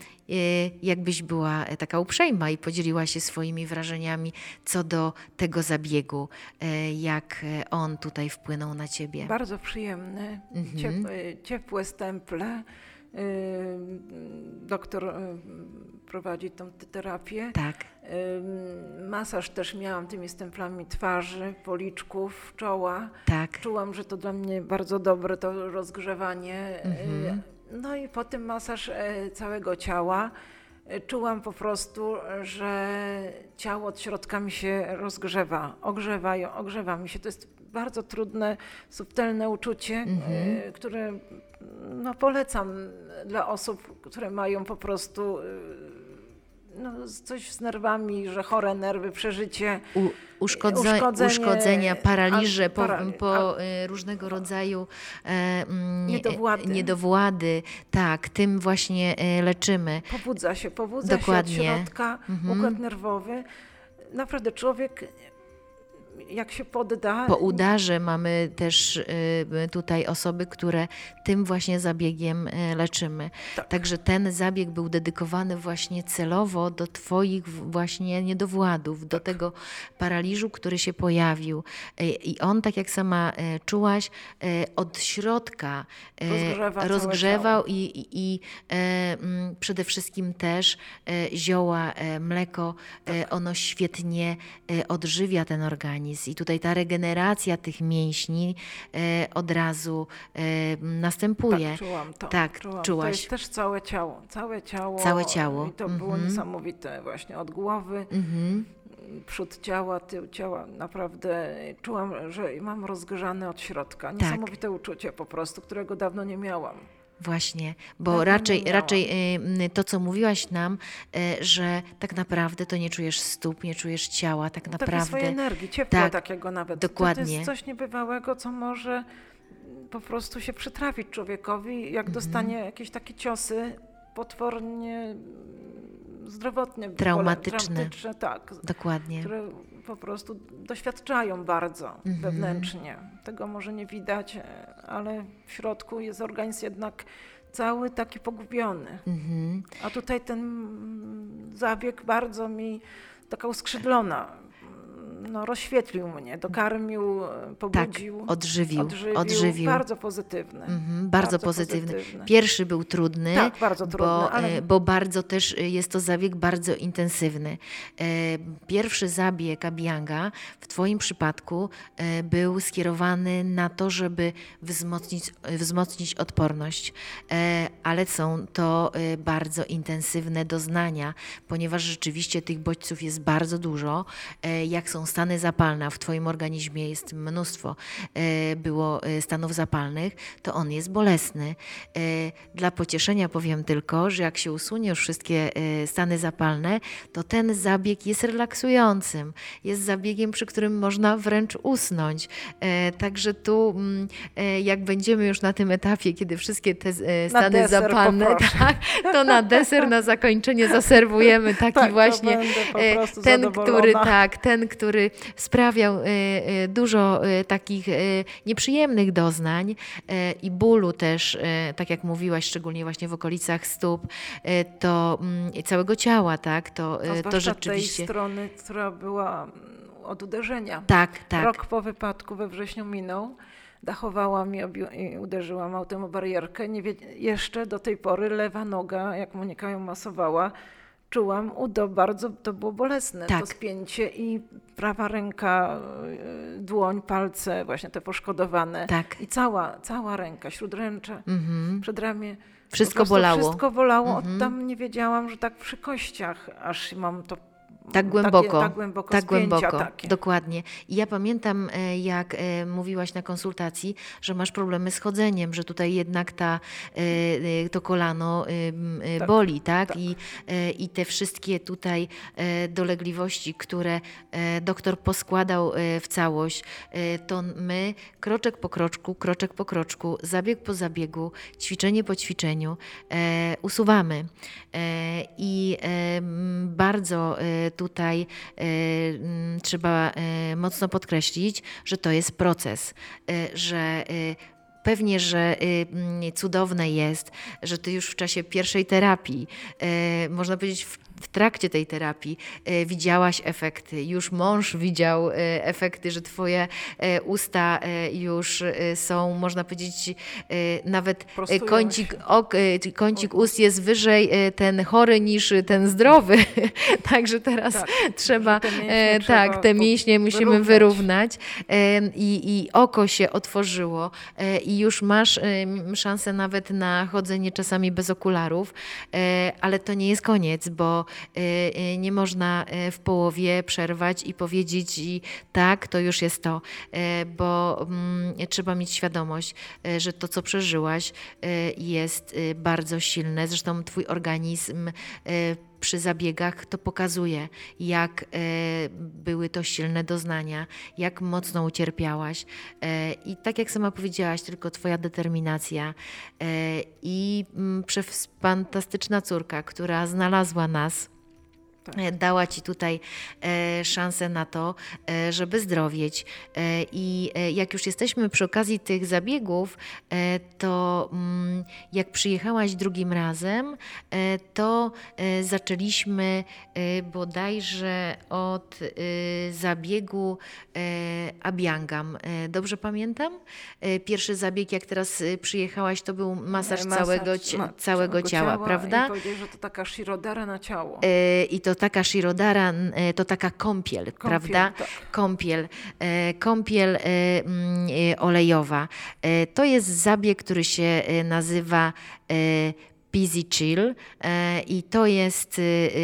jakbyś była taka uprzejma i podzieliła się swoimi wrażeniami co do tego zabiegu, jak on tutaj wpłynął na ciebie. Bardzo przyjemny, mhm. ciepłe, ciepłe stemple. Doktor prowadzi tą terapię. Tak. Masaż też miałam tymi stemplami twarzy, policzków, czoła. Tak. Czułam, że to dla mnie bardzo dobre to rozgrzewanie. Mhm. No i potem masaż całego ciała. Czułam po prostu, że ciało od środka mi się rozgrzewa, ogrzewa, ogrzewa mi się. To jest bardzo trudne, subtelne uczucie, mhm. które no, polecam dla osób, które mają po prostu no, coś z nerwami, że chore nerwy, przeżycie, U, uszkodze, uszkodzenie, uszkodzenia, paraliże, po, para, po a, różnego rodzaju e, niedowłady. niedowłady. Tak, tym właśnie leczymy. Pobudza się, pobudza Dokładnie. się od środka, mhm. układ nerwowy. Naprawdę człowiek, jak się podda... Po udarze mamy też tutaj osoby, które tym właśnie zabiegiem leczymy. Tak. Także ten zabieg był dedykowany właśnie celowo do twoich właśnie niedowładów, tak. do tego paraliżu, który się pojawił. I on, tak jak sama czułaś, od środka Rozgrzewa rozgrzewał i, i, i przede wszystkim też zioła, mleko, tak. ono świetnie odżywia ten organizm. I tutaj ta regeneracja tych mięśni e, od razu e, następuje. Tak, czułam to. Tak, czułam. czułaś. To jest też całe ciało. Całe ciało. Całe ciało. I to mhm. było niesamowite właśnie od głowy, mhm. przód ciała, tył ciała. Naprawdę czułam, że mam rozgrzane od środka. Niesamowite tak. uczucie po prostu, którego dawno nie miałam. Właśnie, bo raczej, raczej to, co mówiłaś nam, że tak naprawdę to nie czujesz stóp, nie czujesz ciała, tak naprawdę. Takiej swojej energii, ciepła tak, takiego nawet. Dokładnie. To, to jest coś niebywałego, co może po prostu się przytrafić człowiekowi, jak mhm. dostanie jakieś takie ciosy potwornie zdrowotnie. Traumatyczne. Traumatyczne, tak. Dokładnie. Które po prostu doświadczają bardzo mhm. wewnętrznie. Tego może nie widać, ale w środku jest organizm jednak cały taki pogubiony. Mhm. A tutaj ten zabieg bardzo mi taka uskrzydlona. No, rozświetlił mnie, dokarmił, pobudził. Tak, odżywił. Odżywił. odżywił. Bardzo pozytywny. Mhm, bardzo, bardzo pozytywny. pozytywny. Pierwszy był trudny, tak, bardzo trudny, bo, ale... bo bardzo też jest to zabieg bardzo intensywny. Pierwszy zabieg Abhyanga w Twoim przypadku był skierowany na to, żeby wzmocnić, wzmocnić odporność, ale są to bardzo intensywne doznania, ponieważ rzeczywiście tych bodźców jest bardzo dużo. Jak są stany zapalne, a w Twoim organizmie jest mnóstwo było stanów zapalnych, to on jest bolesny. Dla pocieszenia powiem tylko, że jak się usunie już wszystkie stany zapalne, to ten zabieg jest relaksującym. Jest zabiegiem, przy którym można wręcz usnąć. Także tu, jak będziemy już na tym etapie, kiedy wszystkie te stany zapalne, tak, to na deser, na zakończenie zaserwujemy taki tak, właśnie ten, który tak, ten, który sprawiał dużo takich nieprzyjemnych doznań i bólu też, tak jak mówiłaś, szczególnie właśnie w okolicach stóp, to całego ciała, tak, to, to rzeczywiście... tej strony, która była od uderzenia. Tak, tak. Rok po wypadku we wrześniu minął. Dachowałam i, i uderzyłam autem o barierkę. Nie wie, jeszcze do tej pory lewa noga, jak Monika ją masowała, czułam udo, bardzo to było bolesne, tak. To spięcie i prawa ręka, dłoń, palce, właśnie te poszkodowane. Tak. I cała, cała ręka, śródręcze, mm-hmm. przedramię. Wszystko bolało. Wszystko bolało. Mm-hmm. Tam nie wiedziałam, że tak przy kościach, aż mam to Tak głęboko, takie, tak głęboko, tak spięcia, głęboko, takie. Dokładnie. I ja pamiętam, jak mówiłaś na konsultacji, że masz problemy z chodzeniem, że tutaj jednak ta, to kolano tak, boli, tak? tak. I, I te wszystkie tutaj dolegliwości, które doktor poskładał w całość, to my kroczek po kroczku, kroczek po kroczku, zabieg po zabiegu, ćwiczenie po ćwiczeniu usuwamy. I bardzo tutaj y, trzeba y, mocno podkreślić, że to jest proces, y, że y, pewnie, że y, cudowne jest, że ty już w czasie pierwszej terapii, y, można powiedzieć w w trakcie tej terapii e, widziałaś efekty, już mąż widział e, efekty, że twoje e, usta e, już e, są, można powiedzieć, e, nawet e, kącik, ok, e, kącik ust jest wyżej e, ten chory niż ten zdrowy. Także teraz tak, trzeba, te e, tak, te mięśnie musimy wyrównać, wyrównać. E, i, i oko się otworzyło e, i już masz e, szansę nawet na chodzenie czasami bez okularów, e, ale to nie jest koniec, bo nie można w połowie przerwać i powiedzieć i tak, to już jest to, bo trzeba mieć świadomość, że to, co przeżyłaś, jest bardzo silne. Zresztą twój organizm przy zabiegach to pokazuje, jak e, były to silne doznania, jak mocno ucierpiałaś. E, I tak jak sama powiedziałaś, tylko twoja determinacja e, i m, fantastyczna córka, która znalazła nas, tak. dała ci tutaj e, szansę na to, e, żeby zdrowieć. E, I e, jak już jesteśmy przy okazji tych zabiegów, e, to mm, jak przyjechałaś drugim razem, e, to e, zaczęliśmy e, bodajże od e, zabiegu e, Abhyangam. E, dobrze pamiętam? E, pierwszy zabieg, jak teraz przyjechałaś, to był masaż, masaż całego, ci- ma, całego ciała, ciała, prawda? I powiedzieli, że to taka shirodara na ciało. E, I to taka shirodara, to taka kąpiel, kąpiel prawda? Tak. Kąpiel, kąpiel olejowa. To jest zabieg, który się nazywa Easy Chill i to jest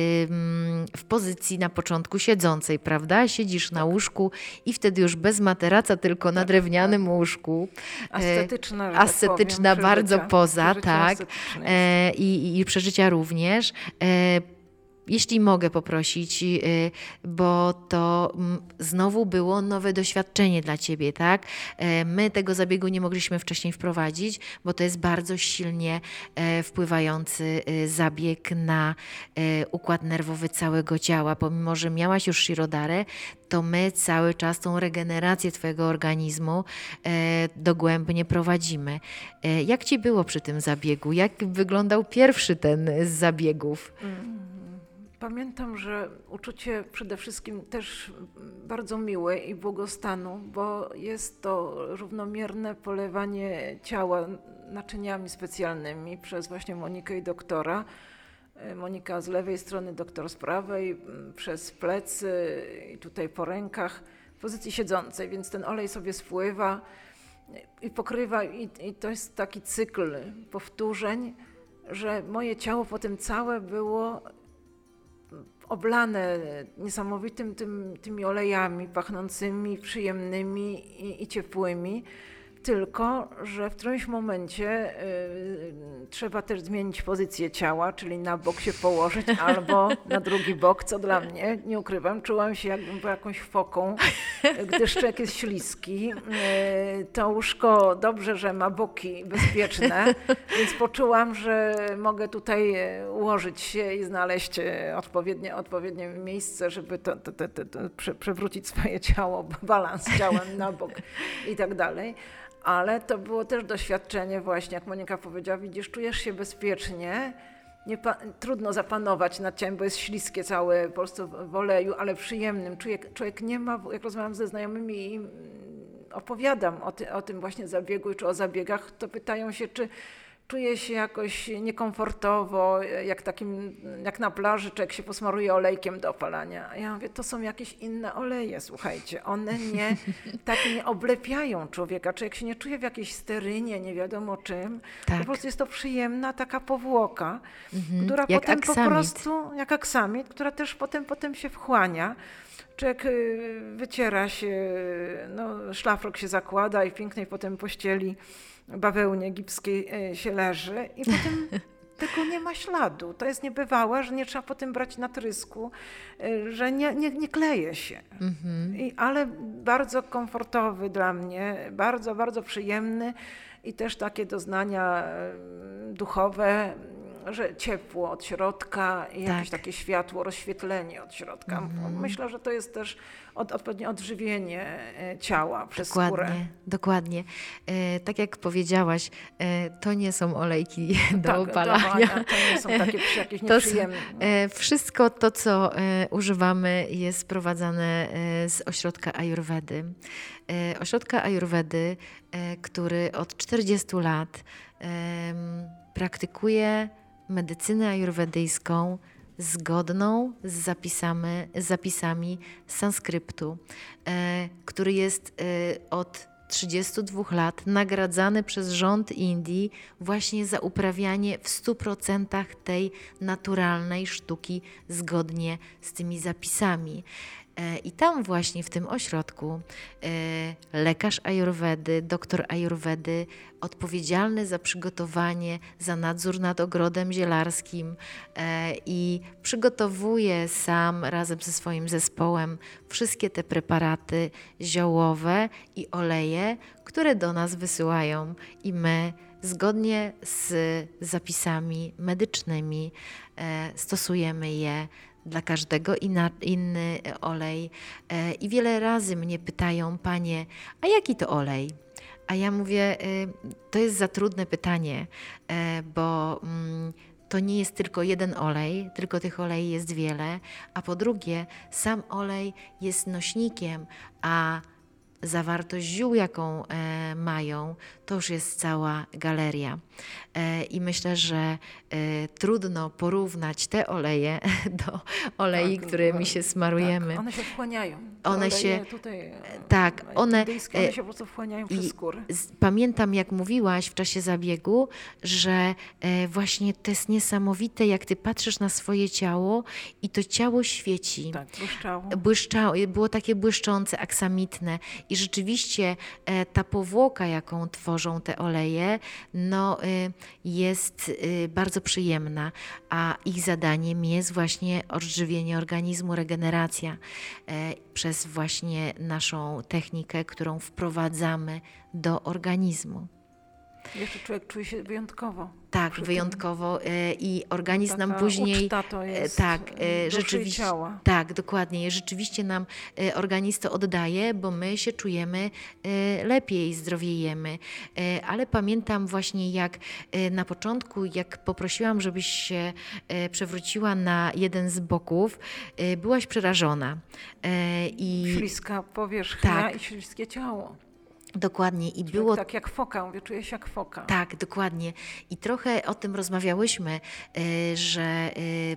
w pozycji na początku siedzącej, prawda? Siedzisz na łóżku i wtedy już bez materaca, tylko na drewnianym łóżku. Ascetyczna, Ascetyczna tak powiem, bardzo przeżycia, poza, przeżycia tak. I, I przeżycia również. jeśli mogę poprosić, bo to znowu było nowe doświadczenie dla Ciebie, tak? My tego zabiegu nie mogliśmy wcześniej wprowadzić, bo to jest bardzo silnie wpływający zabieg na układ nerwowy całego ciała. Pomimo że miałaś już Shirodare, to my cały czas tą regenerację Twojego organizmu dogłębnie prowadzimy. Jak Ci było przy tym zabiegu? Jak wyglądał pierwszy ten z zabiegów? Pamiętam, że uczucie przede wszystkim też bardzo miłe i błogostanu, bo jest to równomierne polewanie ciała naczyniami specjalnymi przez właśnie Monikę i doktora. Monika z lewej strony, doktor z prawej, przez plecy i tutaj po rękach w pozycji siedzącej, więc ten olej sobie spływa i pokrywa i, i to jest taki cykl powtórzeń, że moje ciało potem całe było oblane niesamowitym tym, tymi olejami pachnącymi, przyjemnymi i, i ciepłymi. Tylko że w którymś momencie y, trzeba też zmienić pozycję ciała, czyli na bok się położyć albo na drugi bok, co dla mnie, nie ukrywam, czułam się jakbym była jakąś foką, gdyż człowiek jest śliski. Y, to łóżko dobrze, że ma boki bezpieczne, więc poczułam, że mogę tutaj ułożyć się i znaleźć odpowiednie, odpowiednie miejsce, żeby to, to, to, to, to prze, przewrócić swoje ciało, balans ciałem na bok i tak dalej. Ale to było też doświadczenie właśnie, jak Monika powiedziała, widzisz, czujesz się bezpiecznie, nie pa- trudno zapanować nad ciałem, bo jest śliskie całe po prostu w oleju, ale przyjemnym. Człowiek, człowiek nie ma, jak rozmawiam ze znajomymi i opowiadam o, ty, o tym właśnie zabiegu czy o zabiegach, to pytają się, czy czuję się jakoś niekomfortowo, jak, takim, jak na plaży człowiek się posmaruje olejkiem do opalania. A ja mówię, to są jakieś inne oleje, słuchajcie. One nie, tak nie oblepiają człowieka. Człowiek się nie czuje w jakiejś sterynie, nie wiadomo czym. Tak. Po prostu jest to przyjemna taka powłoka, mhm. która jak potem aksamit. po prostu, jak aksamit, która też potem, potem się wchłania. Człowiek wyciera się, no, szlafrok się zakłada i w pięknej potem pościeli bawełnie egipskiej się leży i potem tego nie ma śladu. To jest niebywałe, że nie trzeba potem brać na trysku, że nie, nie, nie kleje się. Mm-hmm. I, ale bardzo komfortowy dla mnie, bardzo, bardzo przyjemny i też takie doznania duchowe, że ciepło od środka i jakieś tak. takie światło, rozświetlenie od środka. Mm. Myślę, że to jest też od, odpowiednie odżywienie ciała przez dokładnie, skórę. Dokładnie. E, tak jak powiedziałaś, e, to nie są olejki do tak, opalania. Do, to nie są takie jakieś nieprzyjemne. To, e, wszystko to, co e, używamy, jest sprowadzane e, z ośrodka Ajurwedy. E, ośrodka Ajurwedy, e, który od czterdziestu lat e, praktykuje medycynę ajurwedyjską zgodną z zapisami, z zapisami sanskryptu, e, który jest e, od trzydziestu dwóch lat nagradzany przez rząd Indii właśnie za uprawianie w stu procentach tej naturalnej sztuki zgodnie z tymi zapisami. I tam właśnie w tym ośrodku lekarz ajurwedy, doktor ajurwedy, odpowiedzialny za przygotowanie, za nadzór nad ogrodem zielarskim i przygotowuje sam razem ze swoim zespołem wszystkie te preparaty ziołowe i oleje, które do nas wysyłają i my zgodnie z zapisami medycznymi stosujemy je dla każdego inna, inny olej. E, I wiele razy mnie pytają, panie, a jaki to olej? A ja mówię, e, to jest za trudne pytanie, e, bo mm, to nie jest tylko jeden olej, tylko tych olei jest wiele, a po drugie sam olej jest nośnikiem, a zawartość ziół, jaką e, mają, to już jest cała galeria. E, I myślę, że e, trudno porównać te oleje do olei, tak, którymi się smarujemy. Tak, one się wchłaniają. One się, tutaj, tak, one, one się po prostu wchłaniają przez skórę. Pamiętam, jak mówiłaś w czasie zabiegu, że e, właśnie to jest niesamowite, jak ty patrzysz na swoje ciało i to ciało świeci. Tak, błyszczało. Błyszczało, było takie błyszczące, aksamitne. I rzeczywiście e, ta powłoka, jaką tworzą te oleje, no, e, jest bardzo przyjemna, a ich zadaniem jest właśnie odżywienie organizmu, regeneracja przez właśnie naszą technikę, którą wprowadzamy do organizmu. Jeszcze człowiek czuje się wyjątkowo. Tak, wyjątkowo e, i organizm nam później uczta to jest tak, e, rzeczywiście ciała. Tak, dokładnie. Rzeczywiście nam e, organizm to oddaje, bo my się czujemy e, lepiej, zdrowiejemy. E, ale pamiętam właśnie jak e, na początku, jak poprosiłam, żebyś się e, przewróciła na jeden z boków, e, byłaś przerażona. E, i śliska powierzchnia tak. i śliskie ciało. Dokładnie. I było tak jak foka, mówię, czuję się jak foka. Tak, dokładnie. I trochę o tym rozmawiałyśmy, że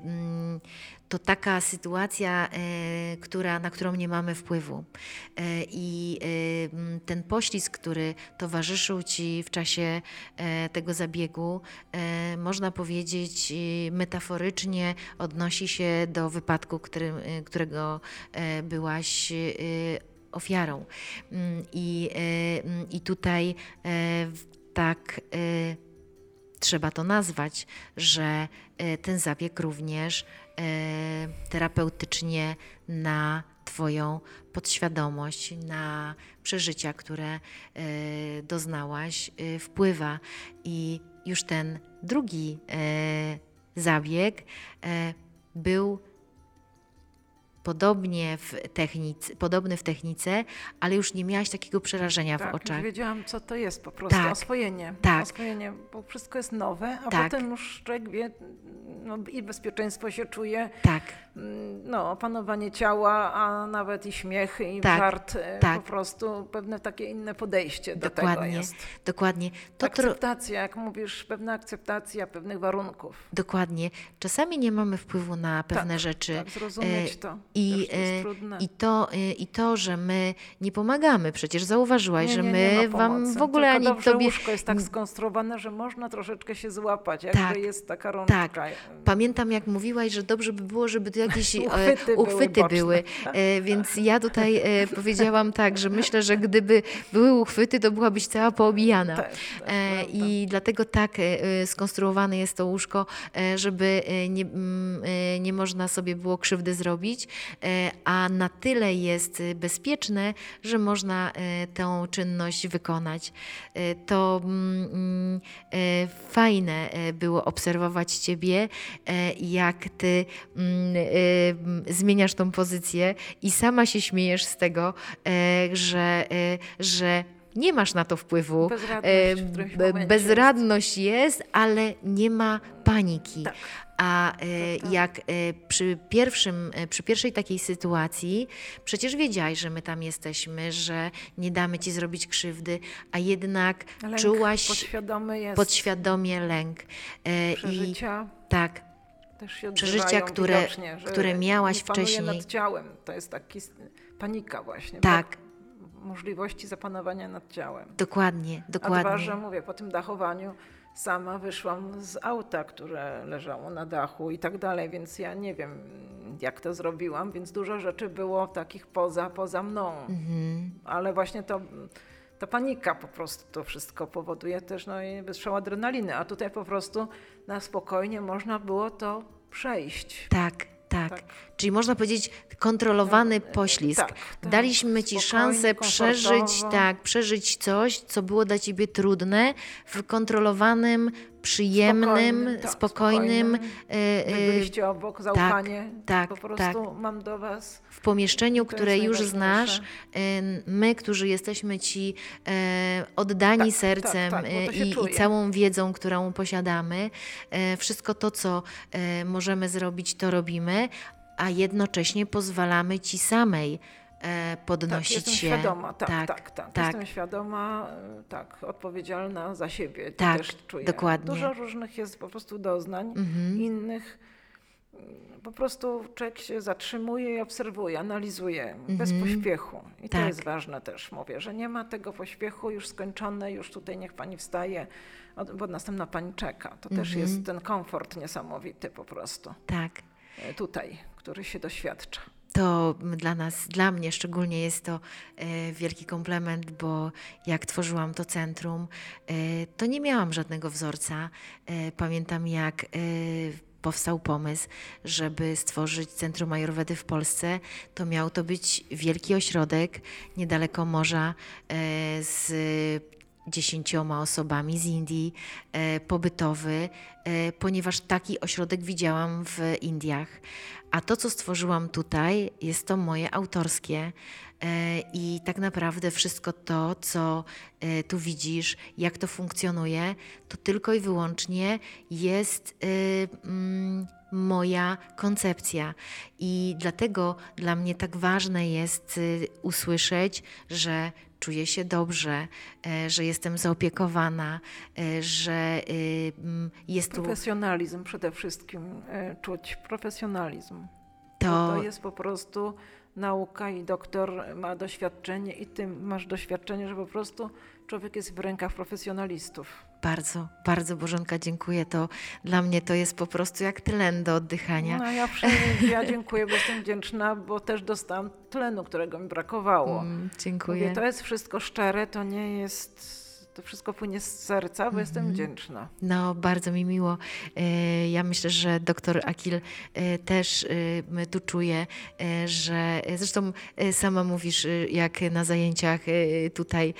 to taka sytuacja, która, na którą nie mamy wpływu. I ten poślizg, który towarzyszył Ci w czasie tego zabiegu, można powiedzieć metaforycznie odnosi się do wypadku, którym, którego byłaś ofiarą. I, i tutaj tak trzeba to nazwać, że ten zabieg również terapeutycznie na Twoją podświadomość, na przeżycia, które doznałaś, wpływa. I już ten drugi zabieg był Podobnie w technice, podobny w technice, ale już nie miałaś takiego przerażenia tak, w oczach. Tak, wiedziałam, co to jest po prostu, tak, oswojenie. Tak. Oswojenie, bo wszystko jest nowe, a tak. potem już człowiek wie, no, i bezpieczeństwo się czuje, tak. no, opanowanie ciała, a nawet i śmiech, i tak. żart, tak. po prostu pewne takie inne podejście do dokładnie, tego jest. Dokładnie. To akceptacja, jak mówisz, pewna akceptacja pewnych warunków. Dokładnie. Czasami nie mamy wpływu na pewne tak, rzeczy. Tak, zrozumieć to. I, to jest trudne. I, to, I to, że my nie pomagamy, przecież zauważyłaś, nie, że nie, my nie wam w ogóle Tylko ani dobrze tobie... łóżko jest tak skonstruowane, że można troszeczkę się złapać, jakby tak, jest taka rączka. Tak. Pamiętam, jak mówiłaś, że dobrze by było, żeby tu jakieś uchwyty, uchwyty były, były. Więc ja tutaj powiedziałam tak, że myślę, że gdyby były uchwyty, to byłabyś cała poobijana. Tak, tak, I dlatego tak skonstruowane jest to łóżko, żeby nie, nie można sobie było krzywdy zrobić, a na tyle jest bezpieczne, że można tę czynność wykonać. To fajne było obserwować Ciebie, jak Ty zmieniasz tą pozycję i sama się śmiejesz z tego, że, że nie masz na to wpływu. Bezradność, e, bezradność jest. jest, ale nie ma paniki. Tak. A e, tak. jak e, przy, pierwszym, e, przy pierwszej takiej sytuacji przecież wiedziałaś, że my tam jesteśmy, że nie damy Ci zrobić krzywdy, a jednak lęk czułaś podświadomy jest. podświadomie lęk. E, Przeżycia. I, tak. Też się Przeżycia, które, widocznie, które miałaś wcześniej. nad ciałem. To jest taki panika właśnie. Tak. Możliwości zapanowania nad ciałem. Dokładnie, dokładnie. A dwa, że mówię, po tym dachowaniu sama wyszłam z auta, które leżało na dachu i tak dalej, więc ja nie wiem, jak to zrobiłam, więc dużo rzeczy było takich poza, poza mną. Mhm. Ale właśnie to, ta panika po prostu to wszystko powoduje też no, i wystrzał adrenaliny, a tutaj po prostu na spokojnie można było to przejść. Tak. Tak. tak, czyli można powiedzieć kontrolowany poślizg. Tak, tak. Daliśmy Ci szansę przeżyć, tak, przeżyć coś, co było dla Ciebie trudne w kontrolowanym, przyjemnym, spokojnym, tak, spokojnym. Wy byliście obok, zaufanie. Tak, po prostu tak. mam do Was. W pomieszczeniu, które już znasz, my, którzy jesteśmy Ci oddani tak, sercem tak, tak, i, i całą wiedzą, którą posiadamy, wszystko to, co możemy zrobić, to robimy, a jednocześnie pozwalamy Ci samej podnosić tak, jestem się. Świadoma, tak, tak, tak, tak, tak. Jestem świadoma, tak, odpowiedzialna za siebie. To tak, też czuję. Dokładnie. Dużo różnych jest po prostu doznań, mhm. innych. Po prostu człowiek się zatrzymuje i obserwuje, analizuje, mhm. bez pośpiechu. I tak. to jest ważne też, mówię, że nie ma tego pośpiechu, już skończone, już tutaj niech pani wstaje, bo następna pani czeka. To mhm. też jest ten komfort niesamowity po prostu. Tak. Tutaj, który się doświadcza. To dla nas, dla mnie szczególnie jest to wielki komplement, bo jak tworzyłam to centrum, to nie miałam żadnego wzorca. Pamiętam, jak powstał pomysł, żeby stworzyć Centrum Ajurwedy w Polsce. To miał to być wielki ośrodek niedaleko morza z dziesięcioma osobami z Indii, pobytowy, ponieważ taki ośrodek widziałam w Indiach. A to, co stworzyłam tutaj, jest to moje autorskie i tak naprawdę wszystko to, co tu widzisz, jak to funkcjonuje, to tylko i wyłącznie jest moja koncepcja. I dlatego dla mnie tak ważne jest usłyszeć, że czuję się dobrze, że jestem zaopiekowana, że jest tu... Profesjonalizm przede wszystkim czuć, profesjonalizm. To... to jest po prostu nauka i doktor ma doświadczenie i ty masz doświadczenie, że po prostu człowiek jest w rękach profesjonalistów. Bardzo, bardzo Bożenka, dziękuję. To dla mnie to jest po prostu jak tlen do oddychania. No ja, ja dziękuję, bo jestem wdzięczna, bo też dostałam tlenu, którego mi brakowało. Mm, dziękuję. Mówię, to jest wszystko szczere, to nie jest... To wszystko płynie z serca, bo mm-hmm. jestem wdzięczna. No, bardzo mi miło. Ja myślę, że doktor Akil też tu czuje, że zresztą sama mówisz, jak na zajęciach tutaj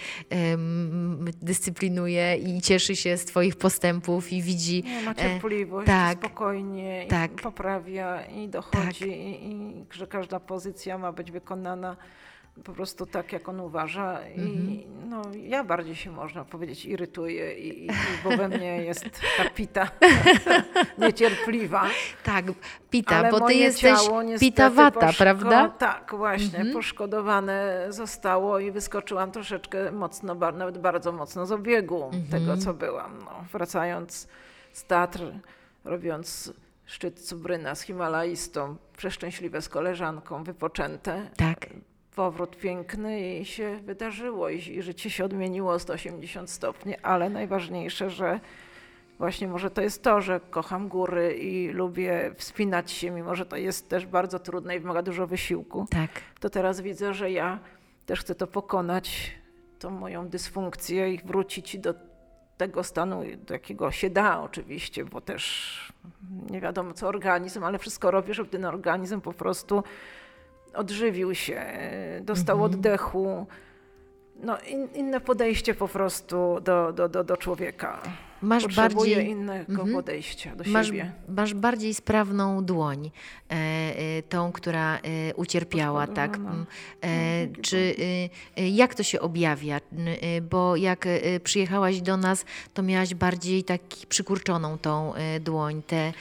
dyscyplinuje i cieszy się z twoich postępów i widzi... Nie, ma cierpliwość, tak, spokojnie tak, i poprawia i dochodzi tak. i, i że każda pozycja ma być wykonana po prostu tak, jak on uważa. Mm-hmm. I no, ja bardziej się, można powiedzieć, irytuję, i, i, bo we mnie jest ta pita niecierpliwa. Tak, pita, ale bo ty jesteś pita wata, poszko- prawda? Tak, właśnie, mm-hmm. poszkodowane zostało i wyskoczyłam troszeczkę mocno, nawet bardzo mocno z obiegu mm-hmm. tego, co byłam. No, wracając z Tatr, robiąc szczyt Cubryna z Himalajstą, przeszczęśliwe z koleżanką, wypoczęte. Tak. Powrót piękny i się wydarzyło i, i życie się odmieniło o sto osiemdziesiąt stopni, ale najważniejsze, że właśnie może to jest to, że kocham góry i lubię wspinać się, mimo że to jest też bardzo trudne i wymaga dużo wysiłku. Tak. To teraz widzę, że ja też chcę to pokonać, tą moją dysfunkcję i wrócić do tego stanu, do jakiego się da oczywiście, bo też nie wiadomo co organizm, ale wszystko robię, żeby ten organizm po prostu odżywił się, dostał mhm. oddechu. No, in, inne podejście po prostu do, do, do, do człowieka. Masz Potrzebuję bardziej, innego mm-hmm. podejścia do masz, siebie. Masz bardziej sprawną dłoń, e, e, tą, która e, ucierpiała, tak? E, czy e, jak to się objawia? E, bo jak e, przyjechałaś do nas, to miałaś bardziej tak przykurczoną tą e, dłoń. Te e,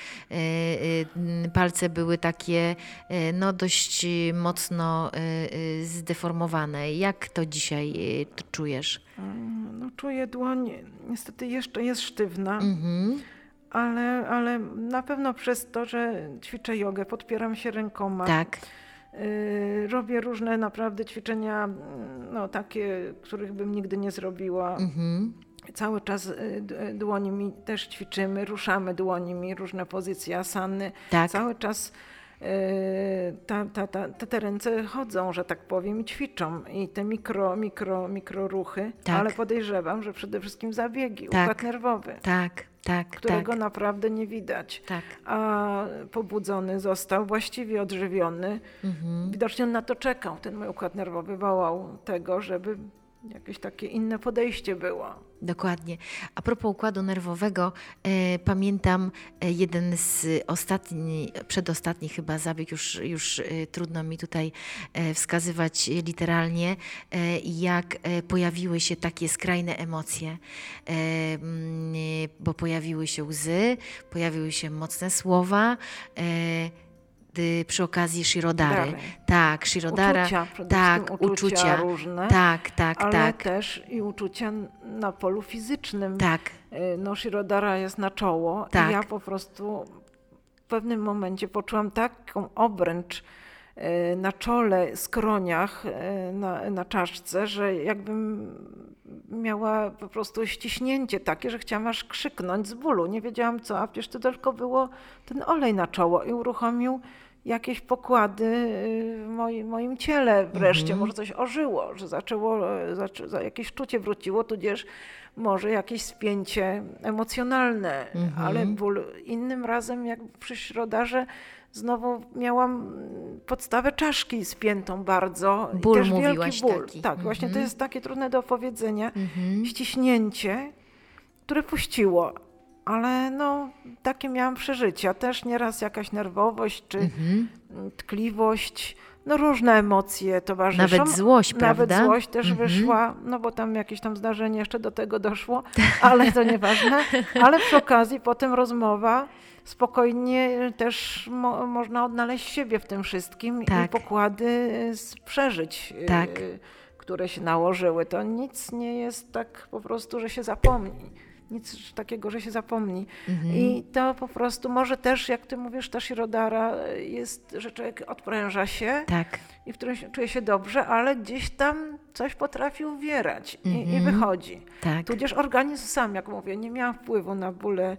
e, palce były takie e, no, dość mocno e, zdeformowane. Jak to dzisiaj e, to czujesz? No, czuję dłoń, niestety jeszcze jest sztywna, mm-hmm. ale, ale na pewno przez to, że ćwiczę jogę, podpieram się rękoma. Tak. Y, robię różne naprawdę ćwiczenia, no takie, których bym nigdy nie zrobiła. Mm-hmm. Cały czas y, dłońmi też ćwiczymy, ruszamy dłońmi, różne pozycje asany. Tak. Cały czas Ta, ta, ta, te ręce chodzą, że tak powiem, i ćwiczą. I te mikro, mikro, mikro ruchy, tak. ale podejrzewam, że przede wszystkim zabiegi, tak. układ nerwowy, tak, tak, którego tak. naprawdę nie widać. Tak. A pobudzony został, właściwie odżywiony. Mhm. Widocznie on na to czekał. Ten mój układ nerwowy wołał tego, żeby jakieś takie inne podejście było. Dokładnie. A propos układu nerwowego, e, pamiętam e, jeden z ostatni, przedostatni chyba zabieg, już, już e, trudno mi tutaj e, wskazywać literalnie, e, jak e, pojawiły się takie skrajne emocje, e, m, bo pojawiły się łzy, pojawiły się mocne słowa, e, przy okazji Shirodary. Dary. Tak, Shirodara. Uczucia, tak, uczucia, uczucia różne. Tak, tak, ale tak. też i uczucia na polu fizycznym. Tak. No, Shirodara jest na czoło tak. i ja po prostu w pewnym momencie poczułam taką obręcz na czole, skroniach, na, na czaszce, że jakbym miała po prostu ściśnięcie takie, że chciałam aż krzyknąć z bólu. Nie wiedziałam co, a przecież to tylko było ten olej na czoło i uruchomił jakieś pokłady w moim, moim ciele wreszcie, Mhm. może coś ożyło, że zaczęło, zaczę, jakieś czucie wróciło, tudzież może jakieś spięcie emocjonalne, Mhm. ale ból. Innym razem, jak przy środarze, znowu miałam podstawę czaszki spiętą bardzo. Ból i też mówiłaś wielki ból. taki. Tak, właśnie to Mhm. jest takie trudne do opowiedzenia. Mhm. Ściśnięcie, które puściło. Ale no, takie miałam przeżycia. Też nieraz jakaś nerwowość czy Mhm. tkliwość, no różne emocje towarzyszą. Nawet złość, Nawet prawda? złość też Mhm. wyszła, no bo tam jakieś tam zdarzenie jeszcze do tego doszło, ale to nieważne. Ale przy okazji potem rozmowa, spokojnie też mo można odnaleźć siebie w tym wszystkim Tak. i pokłady przeżyć, Tak. y, które się nałożyły. To nic nie jest tak po prostu, że się zapomni. Nic takiego, że się zapomni. Mhm. I to po prostu może też, jak ty mówisz, ta środara jest, że człowiek odpręża się Tak. i w którym się, czuje się dobrze, ale gdzieś tam coś potrafi uwierać i, i Mhm. wychodzi. Tak. Tudzież organizm sam, jak mówię, nie miałam wpływu na bóle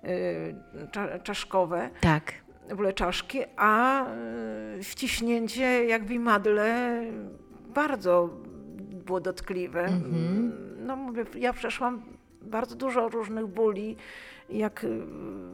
y, cza, czaszkowe, Tak. bóle czaszki, a y, wciśnięcie jak w imadle bardzo było dotkliwe. Mhm. No mówię, ja przeszłam bardzo dużo różnych bóli, jak y,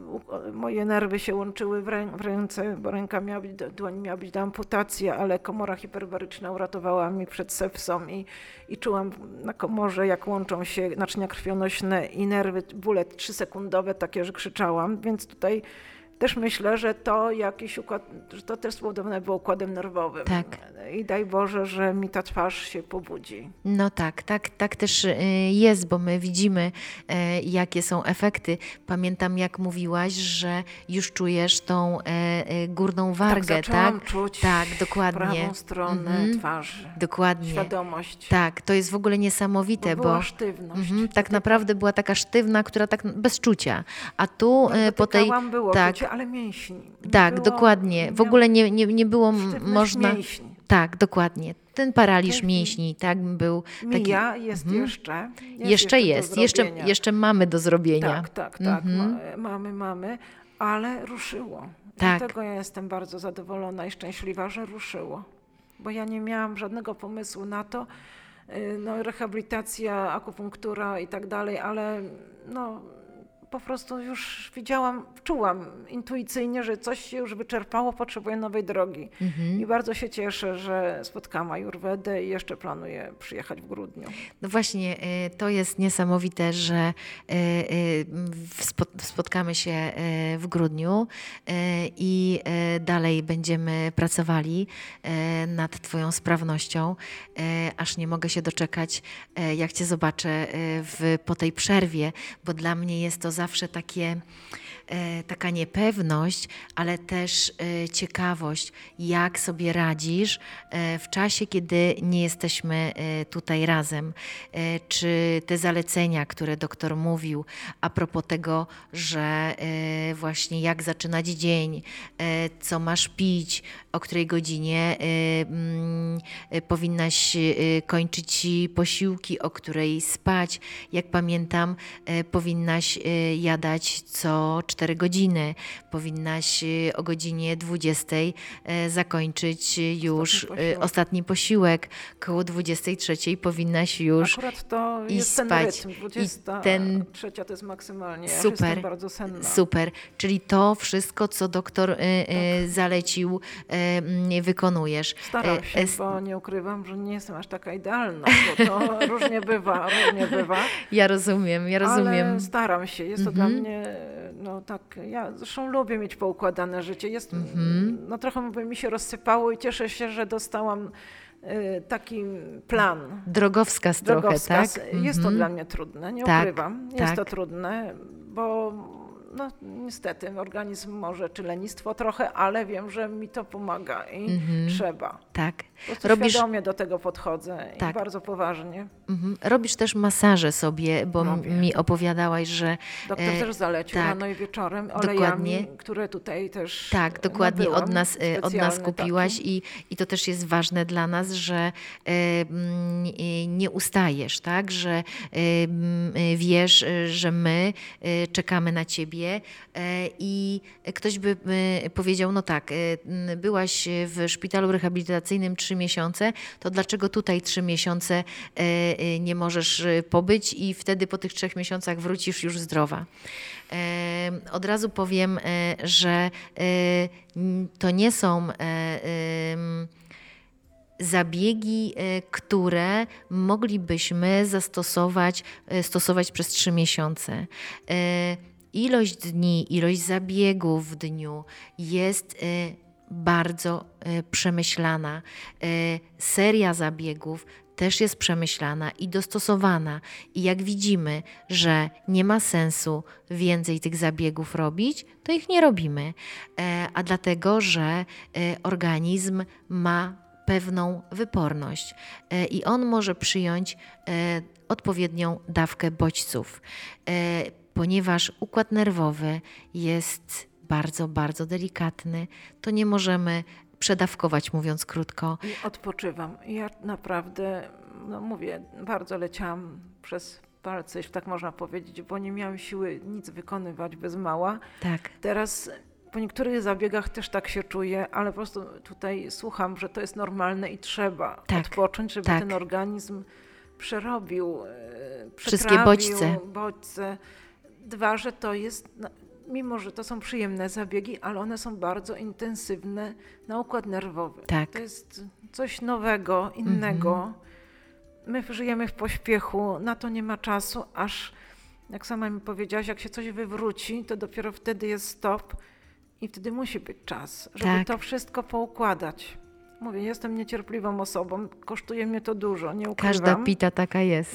moje nerwy się łączyły w, rę, w ręce, bo ręka miała być, dłoń miała być do amputacji, ale komora hiperbaryczna uratowała mi przed sepsą i, i czułam na komorze, jak łączą się naczynia krwionośne i nerwy, bóle trzysekundowe, takie, że krzyczałam, więc tutaj też myślę, że to jakiś układ, że to też spowodowane było układem nerwowym. Tak. I daj Boże, że mi ta twarz się pobudzi. No tak, tak, tak też y, jest, bo my widzimy, y, jakie są efekty. Pamiętam, jak mówiłaś, że już czujesz tą y, y, górną wargę, Tak, zaczęłam tak? czuć Tak, dokładnie. prawą stronę Mhm. twarzy. Dokładnie. Świadomość. Tak, to jest w ogóle niesamowite, Bo bo, była sztywność. mhm, To tak tylko- naprawdę była taka sztywna, która tak bez czucia. A tu no, y, po tej... dotykałam, było tak. czucie, ale mięśni. Nie Tak, było- dokładnie. W miał ogóle nie, nie, nie było m- sztywność można... mięśni. Tak, dokładnie. Ten paraliż Taki- mięśni, tak, był taki... Mija, jest Mhm. jeszcze. Jest Jeszcze do jest, jeszcze, zrobienia. jeszcze mamy do zrobienia. Tak, tak, tak. Mhm. Ma, mamy, mamy, ale ruszyło. Tak. Dlatego ja jestem bardzo zadowolona i szczęśliwa, że ruszyło. Bo ja nie miałam żadnego pomysłu na to. y, No, rehabilitacja, akupunktura i tak dalej, ale no, po prostu już widziałam, czułam intuicyjnie, że coś się już wyczerpało, potrzebuję nowej drogi. Mhm. I bardzo się cieszę, że spotkałam Ajurwedę i jeszcze planuję przyjechać w grudniu. No właśnie, y, to jest niesamowite, że y, y, w spo- spotkamy się y, w grudniu y, i y, dalej będziemy pracowali y, nad Twoją sprawnością, y, aż nie mogę się doczekać, y, jak Cię zobaczę y, w, po tej przerwie, bo dla mnie jest to zawsze takie, y, taka niepewność, ale też y, ciekawość, jak sobie radzisz y, w czasie, kiedy nie jesteśmy y, tutaj razem. Y, Czy te zalecenia, które doktor mówił a propos tego, że y, właśnie jak zaczynać dzień, y, co masz pić, o której godzinie y, mm, y, powinnaś y, kończyć posiłki, o której spać. Jak pamiętam, y, powinnaś y, jadać co cztery godziny. Powinnaś y, o godzinie dwudziestej y, zakończyć już Ostatni y, posiłek. ostatni posiłek. Koło dwudziestej trzeciej powinnaś już Akurat to i jest ten spać. rytm. dwudziesta ten- trzecia to jest maksymalnie. Ja już Super. jestem bardzo senna. super. Czyli to wszystko, co doktor y, y, zalecił, y, mm, wykonujesz. Staram E, się, es- bo nie ukrywam, że nie jestem aż taka idealna, bo to różnie bywa, różnie bywa. Ja rozumiem, ja rozumiem. Ale staram się. Jest to Mhm. dla mnie, no tak, ja zresztą lubię mieć poukładane życie. Jest, Mhm. no trochę mówię, mi się rozsypało i cieszę się, że dostałam y, taki plan. Drogowskaz trochę, Drogowskaz. tak? Jest to Mhm. dla mnie trudne, nie Tak, ukrywam. Jest tak. to trudne, bo no niestety organizm może, czy lenistwo trochę, ale wiem, że mi to pomaga i Mhm. trzeba. Tak. Po prostu Robisz- świadomie do tego podchodzę Tak. i bardzo poważnie. Mhm. Robisz też masaże sobie, bo m- Robię. mi opowiadałaś, że Doktor E, też zalecił tak. rano i wieczorem Dokładnie. olejami, które tutaj też tak, dokładnie nabyłam, od nas, e, od nas specjalne kupiłaś takie. i, i to też jest ważne dla nas, że e, mm, e, nie ustajesz, tak? Że e, mm, e, wiesz, e, że my e, czekamy na ciebie ciebie i ktoś by powiedział, no tak, byłaś w szpitalu rehabilitacyjnym trzy miesiące, to dlaczego tutaj trzy miesiące nie możesz pobyć i wtedy po tych trzech miesiącach wrócisz już zdrowa? Od razu powiem, że to nie są zabiegi, które moglibyśmy zastosować stosować przez trzy miesiące. Ilość dni, ilość zabiegów w dniu jest bardzo przemyślana. Seria zabiegów też jest przemyślana i dostosowana. I jak widzimy, że nie ma sensu więcej tych zabiegów robić, to ich nie robimy. A dlatego, że organizm ma pewną wyporność i on może przyjąć odpowiednią dawkę bodźców, ponieważ układ nerwowy jest bardzo, bardzo delikatny, to nie możemy przedawkować, mówiąc krótko. I odpoczywam. Ja naprawdę, no mówię, bardzo leciałam przez palce, jeśli tak można powiedzieć, bo nie miałam siły nic wykonywać bez mała. Tak. Teraz po niektórych zabiegach też tak się czuję, ale po prostu tutaj słucham, że to jest normalne i trzeba tak, odpocząć, żeby tak. ten organizm przerobił, wszystkie bodźce. bodźce. Dwa, że to jest, mimo że to są przyjemne zabiegi, ale one są bardzo intensywne na układ nerwowy. Tak. To jest coś nowego, innego. Mhm. My żyjemy w pośpiechu, na to nie ma czasu, aż jak sama mi powiedziałaś, jak się coś wywróci, to dopiero wtedy jest stop. I wtedy musi być czas, żeby tak. to wszystko poukładać. Mówię, jestem niecierpliwą osobą, kosztuje mnie to dużo, nie ukrywam. Każda pita taka jest.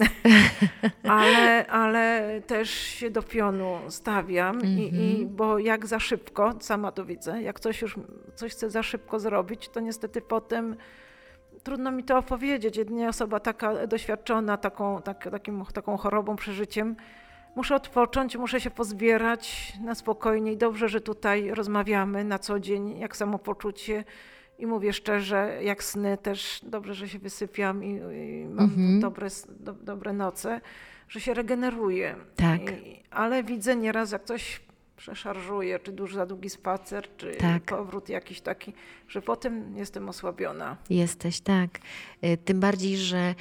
ale, ale też się do pionu stawiam, mm-hmm. i, i, bo jak za szybko, sama to widzę, jak coś już coś chcę za szybko zrobić, to niestety potem trudno mi to opowiedzieć. Jedynie osoba taka doświadczona taką, tak, takim, taką chorobą, przeżyciem, muszę odpocząć, muszę się pozbierać na spokojnie i dobrze, że tutaj rozmawiamy na co dzień, jak samopoczucie i mówię szczerze, jak sny też, dobrze, że się wysypiam i, i mam mhm. dobre, do, dobre noce, że się regeneruję. Tak. I, ale widzę nieraz, jak coś przeszarżuje, czy duży, za długi spacer, czy tak. powrót jakiś taki, że potem jestem osłabiona. Jesteś, tak. Tym bardziej, że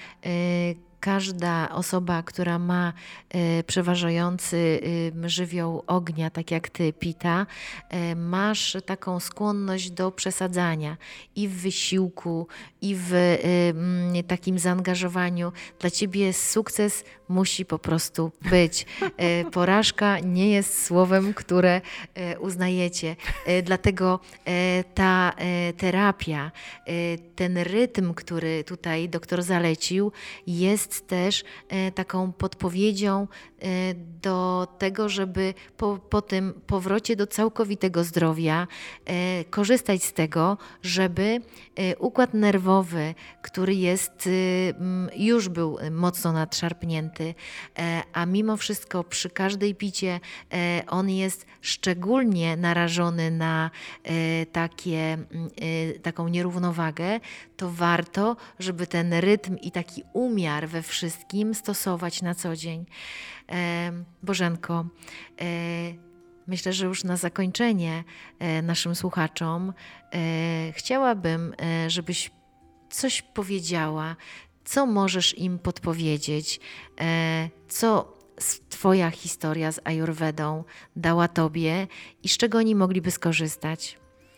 każda osoba, która ma e, przeważający e, żywioł ognia, tak jak ty, Pita, e, masz taką skłonność do przesadzania i w wysiłku, i w e, m, takim zaangażowaniu. Dla ciebie sukces musi po prostu być. E, porażka nie jest słowem, które e, uznajecie. E, dlatego e, ta e, terapia, e, ten rytm, który tutaj doktor zalecił, jest też e, taką podpowiedzią e, do tego, żeby po, po tym powrocie do całkowitego zdrowia e, korzystać z tego, żeby e, układ nerwowy, który jest, e, już był mocno nadszarpnięty, e, a mimo wszystko przy każdej picie e, on jest szczególnie narażony na e, takie, e, taką nierównowagę, to warto, żeby ten rytm i taki umiar we wszystkim stosować na co dzień. E, Bożenko, e, myślę, że już na zakończenie e, naszym słuchaczom e, chciałabym, e, żebyś coś powiedziała, co możesz im podpowiedzieć, e, co twoja historia z Ajurwedą dała tobie i z czego oni mogliby skorzystać.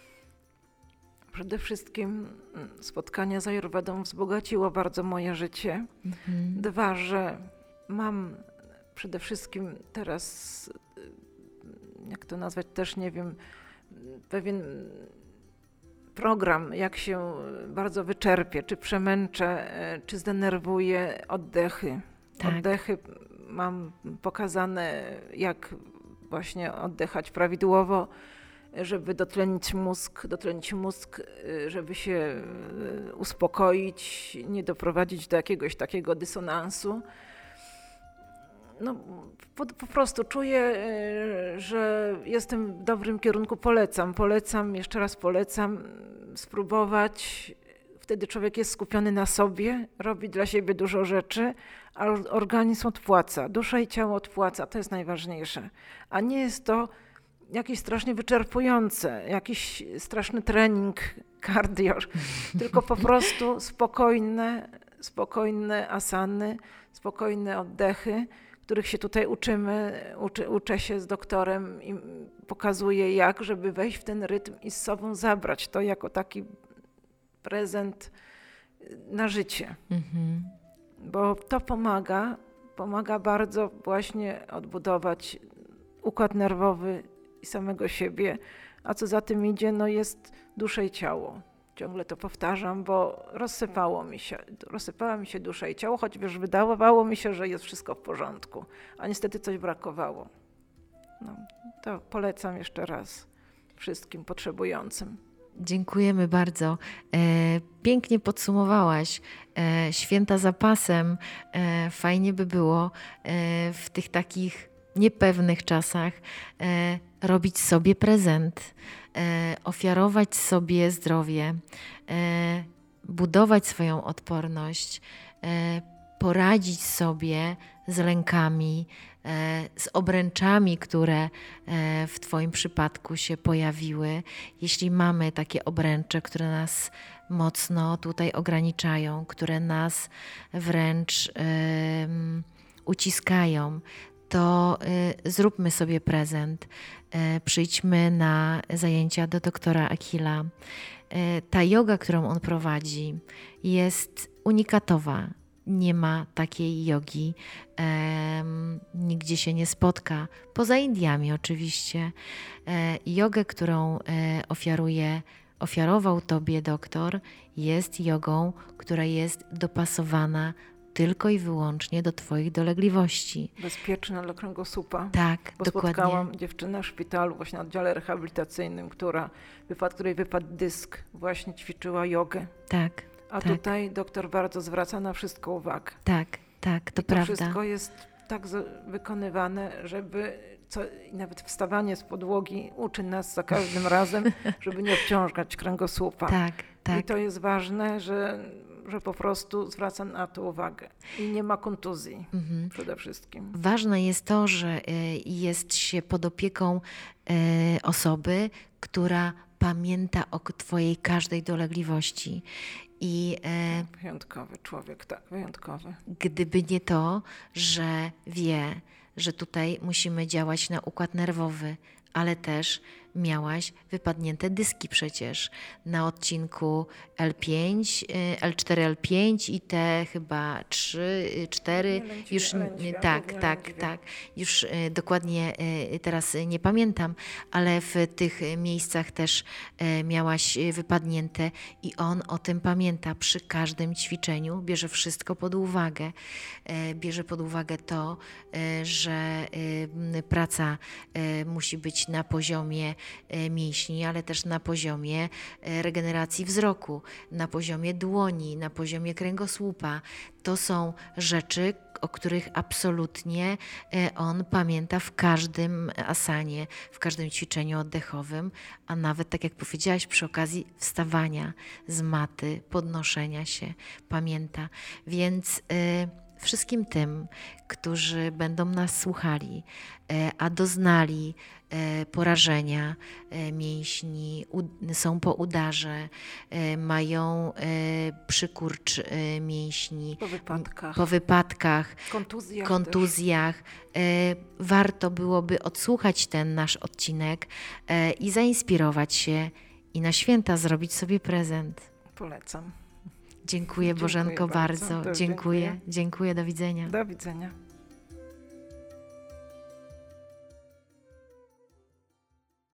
Przede wszystkim spotkanie z Ajurwedą wzbogaciło bardzo moje życie. Mhm. Dwa, że mam przede wszystkim teraz, jak to nazwać, też nie wiem, pewien program, jak się bardzo wyczerpię, czy przemęczę, czy zdenerwuję, oddechy. Tak. Oddechy mam pokazane, jak właśnie oddychać prawidłowo, żeby dotlenić mózg, dotlenić mózg, żeby się uspokoić, nie doprowadzić do jakiegoś takiego dysonansu. No, po, po prostu czuję, że jestem w dobrym kierunku, polecam, polecam, jeszcze raz polecam spróbować Wtedy człowiek jest skupiony na sobie, robi dla siebie dużo rzeczy, a organizm odpłaca, dusza i ciało odpłaca, to jest najważniejsze. A nie jest to jakieś strasznie wyczerpujące, jakiś straszny trening cardio, tylko po prostu spokojne, spokojne asany, spokojne oddechy, których się tutaj uczymy, uczy, uczę się z doktorem i pokazuję jak, żeby wejść w ten rytm i z sobą zabrać to jako taki prezent na życie. Mhm. Bo to pomaga, pomaga bardzo właśnie odbudować układ nerwowy i samego siebie, a co za tym idzie, no jest dusza i ciało. Ciągle to powtarzam, bo rozsypało mi się, rozsypała mi się dusza i ciało, choć już wydawało mi się, że jest wszystko w porządku, a niestety coś brakowało. No, to polecam jeszcze raz wszystkim potrzebującym. Dziękujemy bardzo. E, pięknie podsumowałaś. E, święta za pasem. E, fajnie by było e, w tych takich niepewnych czasach e, robić sobie prezent, e, ofiarować sobie zdrowie, e, budować swoją odporność, e, poradzić sobie z lękami, e, z obręczami, które e, w Twoim przypadku się pojawiły. Jeśli mamy takie obręcze, które nas mocno tutaj ograniczają, które nas wręcz e, uciskają, to y, zróbmy sobie prezent, y, przyjdźmy na zajęcia do doktora Achilla. Y, ta joga, którą on prowadzi, jest unikatowa. Nie ma takiej jogi, y, nigdzie się nie spotka, poza Indiami oczywiście. Y, jogę, którą y, ofiaruje, ofiarował Tobie doktor, jest jogą, która jest dopasowana tylko i wyłącznie do Twoich dolegliwości. Bezpieczna dla kręgosłupa. Tak, bo dokładnie. Spotkałam dziewczynę w szpitalu, właśnie na oddziale rehabilitacyjnym, która wypadł, której wypadł dysk, właśnie ćwiczyła jogę. Tak. A tak. tutaj doktor bardzo zwraca na wszystko uwagę. Tak, tak, to I prawda. To wszystko jest tak wykonywane, żeby co, nawet wstawanie z podłogi uczy nas za każdym razem, żeby nie obciążać kręgosłupa. Tak, tak. I to jest ważne, że że po prostu zwraca na to uwagę i nie ma kontuzji mhm. przede wszystkim. Ważne jest to, że jest się pod opieką osoby, która pamięta o Twojej każdej dolegliwości. I, tak, wyjątkowy człowiek, tak, wyjątkowy. Gdyby nie to, że wie, że tutaj musimy działać na układ nerwowy, ale też miałaś wypadnięte dyski przecież na odcinku L pięć, L cztery, L pięć i te chyba trzy, cztery, już lędźwia, tak, tak, lędźwia. tak, już dokładnie teraz nie pamiętam, ale w tych miejscach też miałaś wypadnięte i on o tym pamięta przy każdym ćwiczeniu, bierze wszystko pod uwagę, bierze pod uwagę to, że praca musi być na poziomie mięśni, ale też na poziomie regeneracji wzroku, na poziomie dłoni, na poziomie kręgosłupa. To są rzeczy, o których absolutnie on pamięta w każdym asanie, w każdym ćwiczeniu oddechowym, a nawet, tak jak powiedziałaś, przy okazji wstawania z maty, podnoszenia się, pamięta. Więc y, wszystkim tym, którzy będą nas słuchali, a doznali porażenia mięśni, są po udarze, mają przykurcz mięśni, po wypadkach, po wypadkach kontuzjach, kontuzjach. Warto byłoby odsłuchać ten nasz odcinek i zainspirować się i na święta zrobić sobie prezent. Polecam. Dziękuję, Bożenko, Dziękuję bardzo. bardzo. Dziękuję. Dziękuję. Do widzenia. Do widzenia.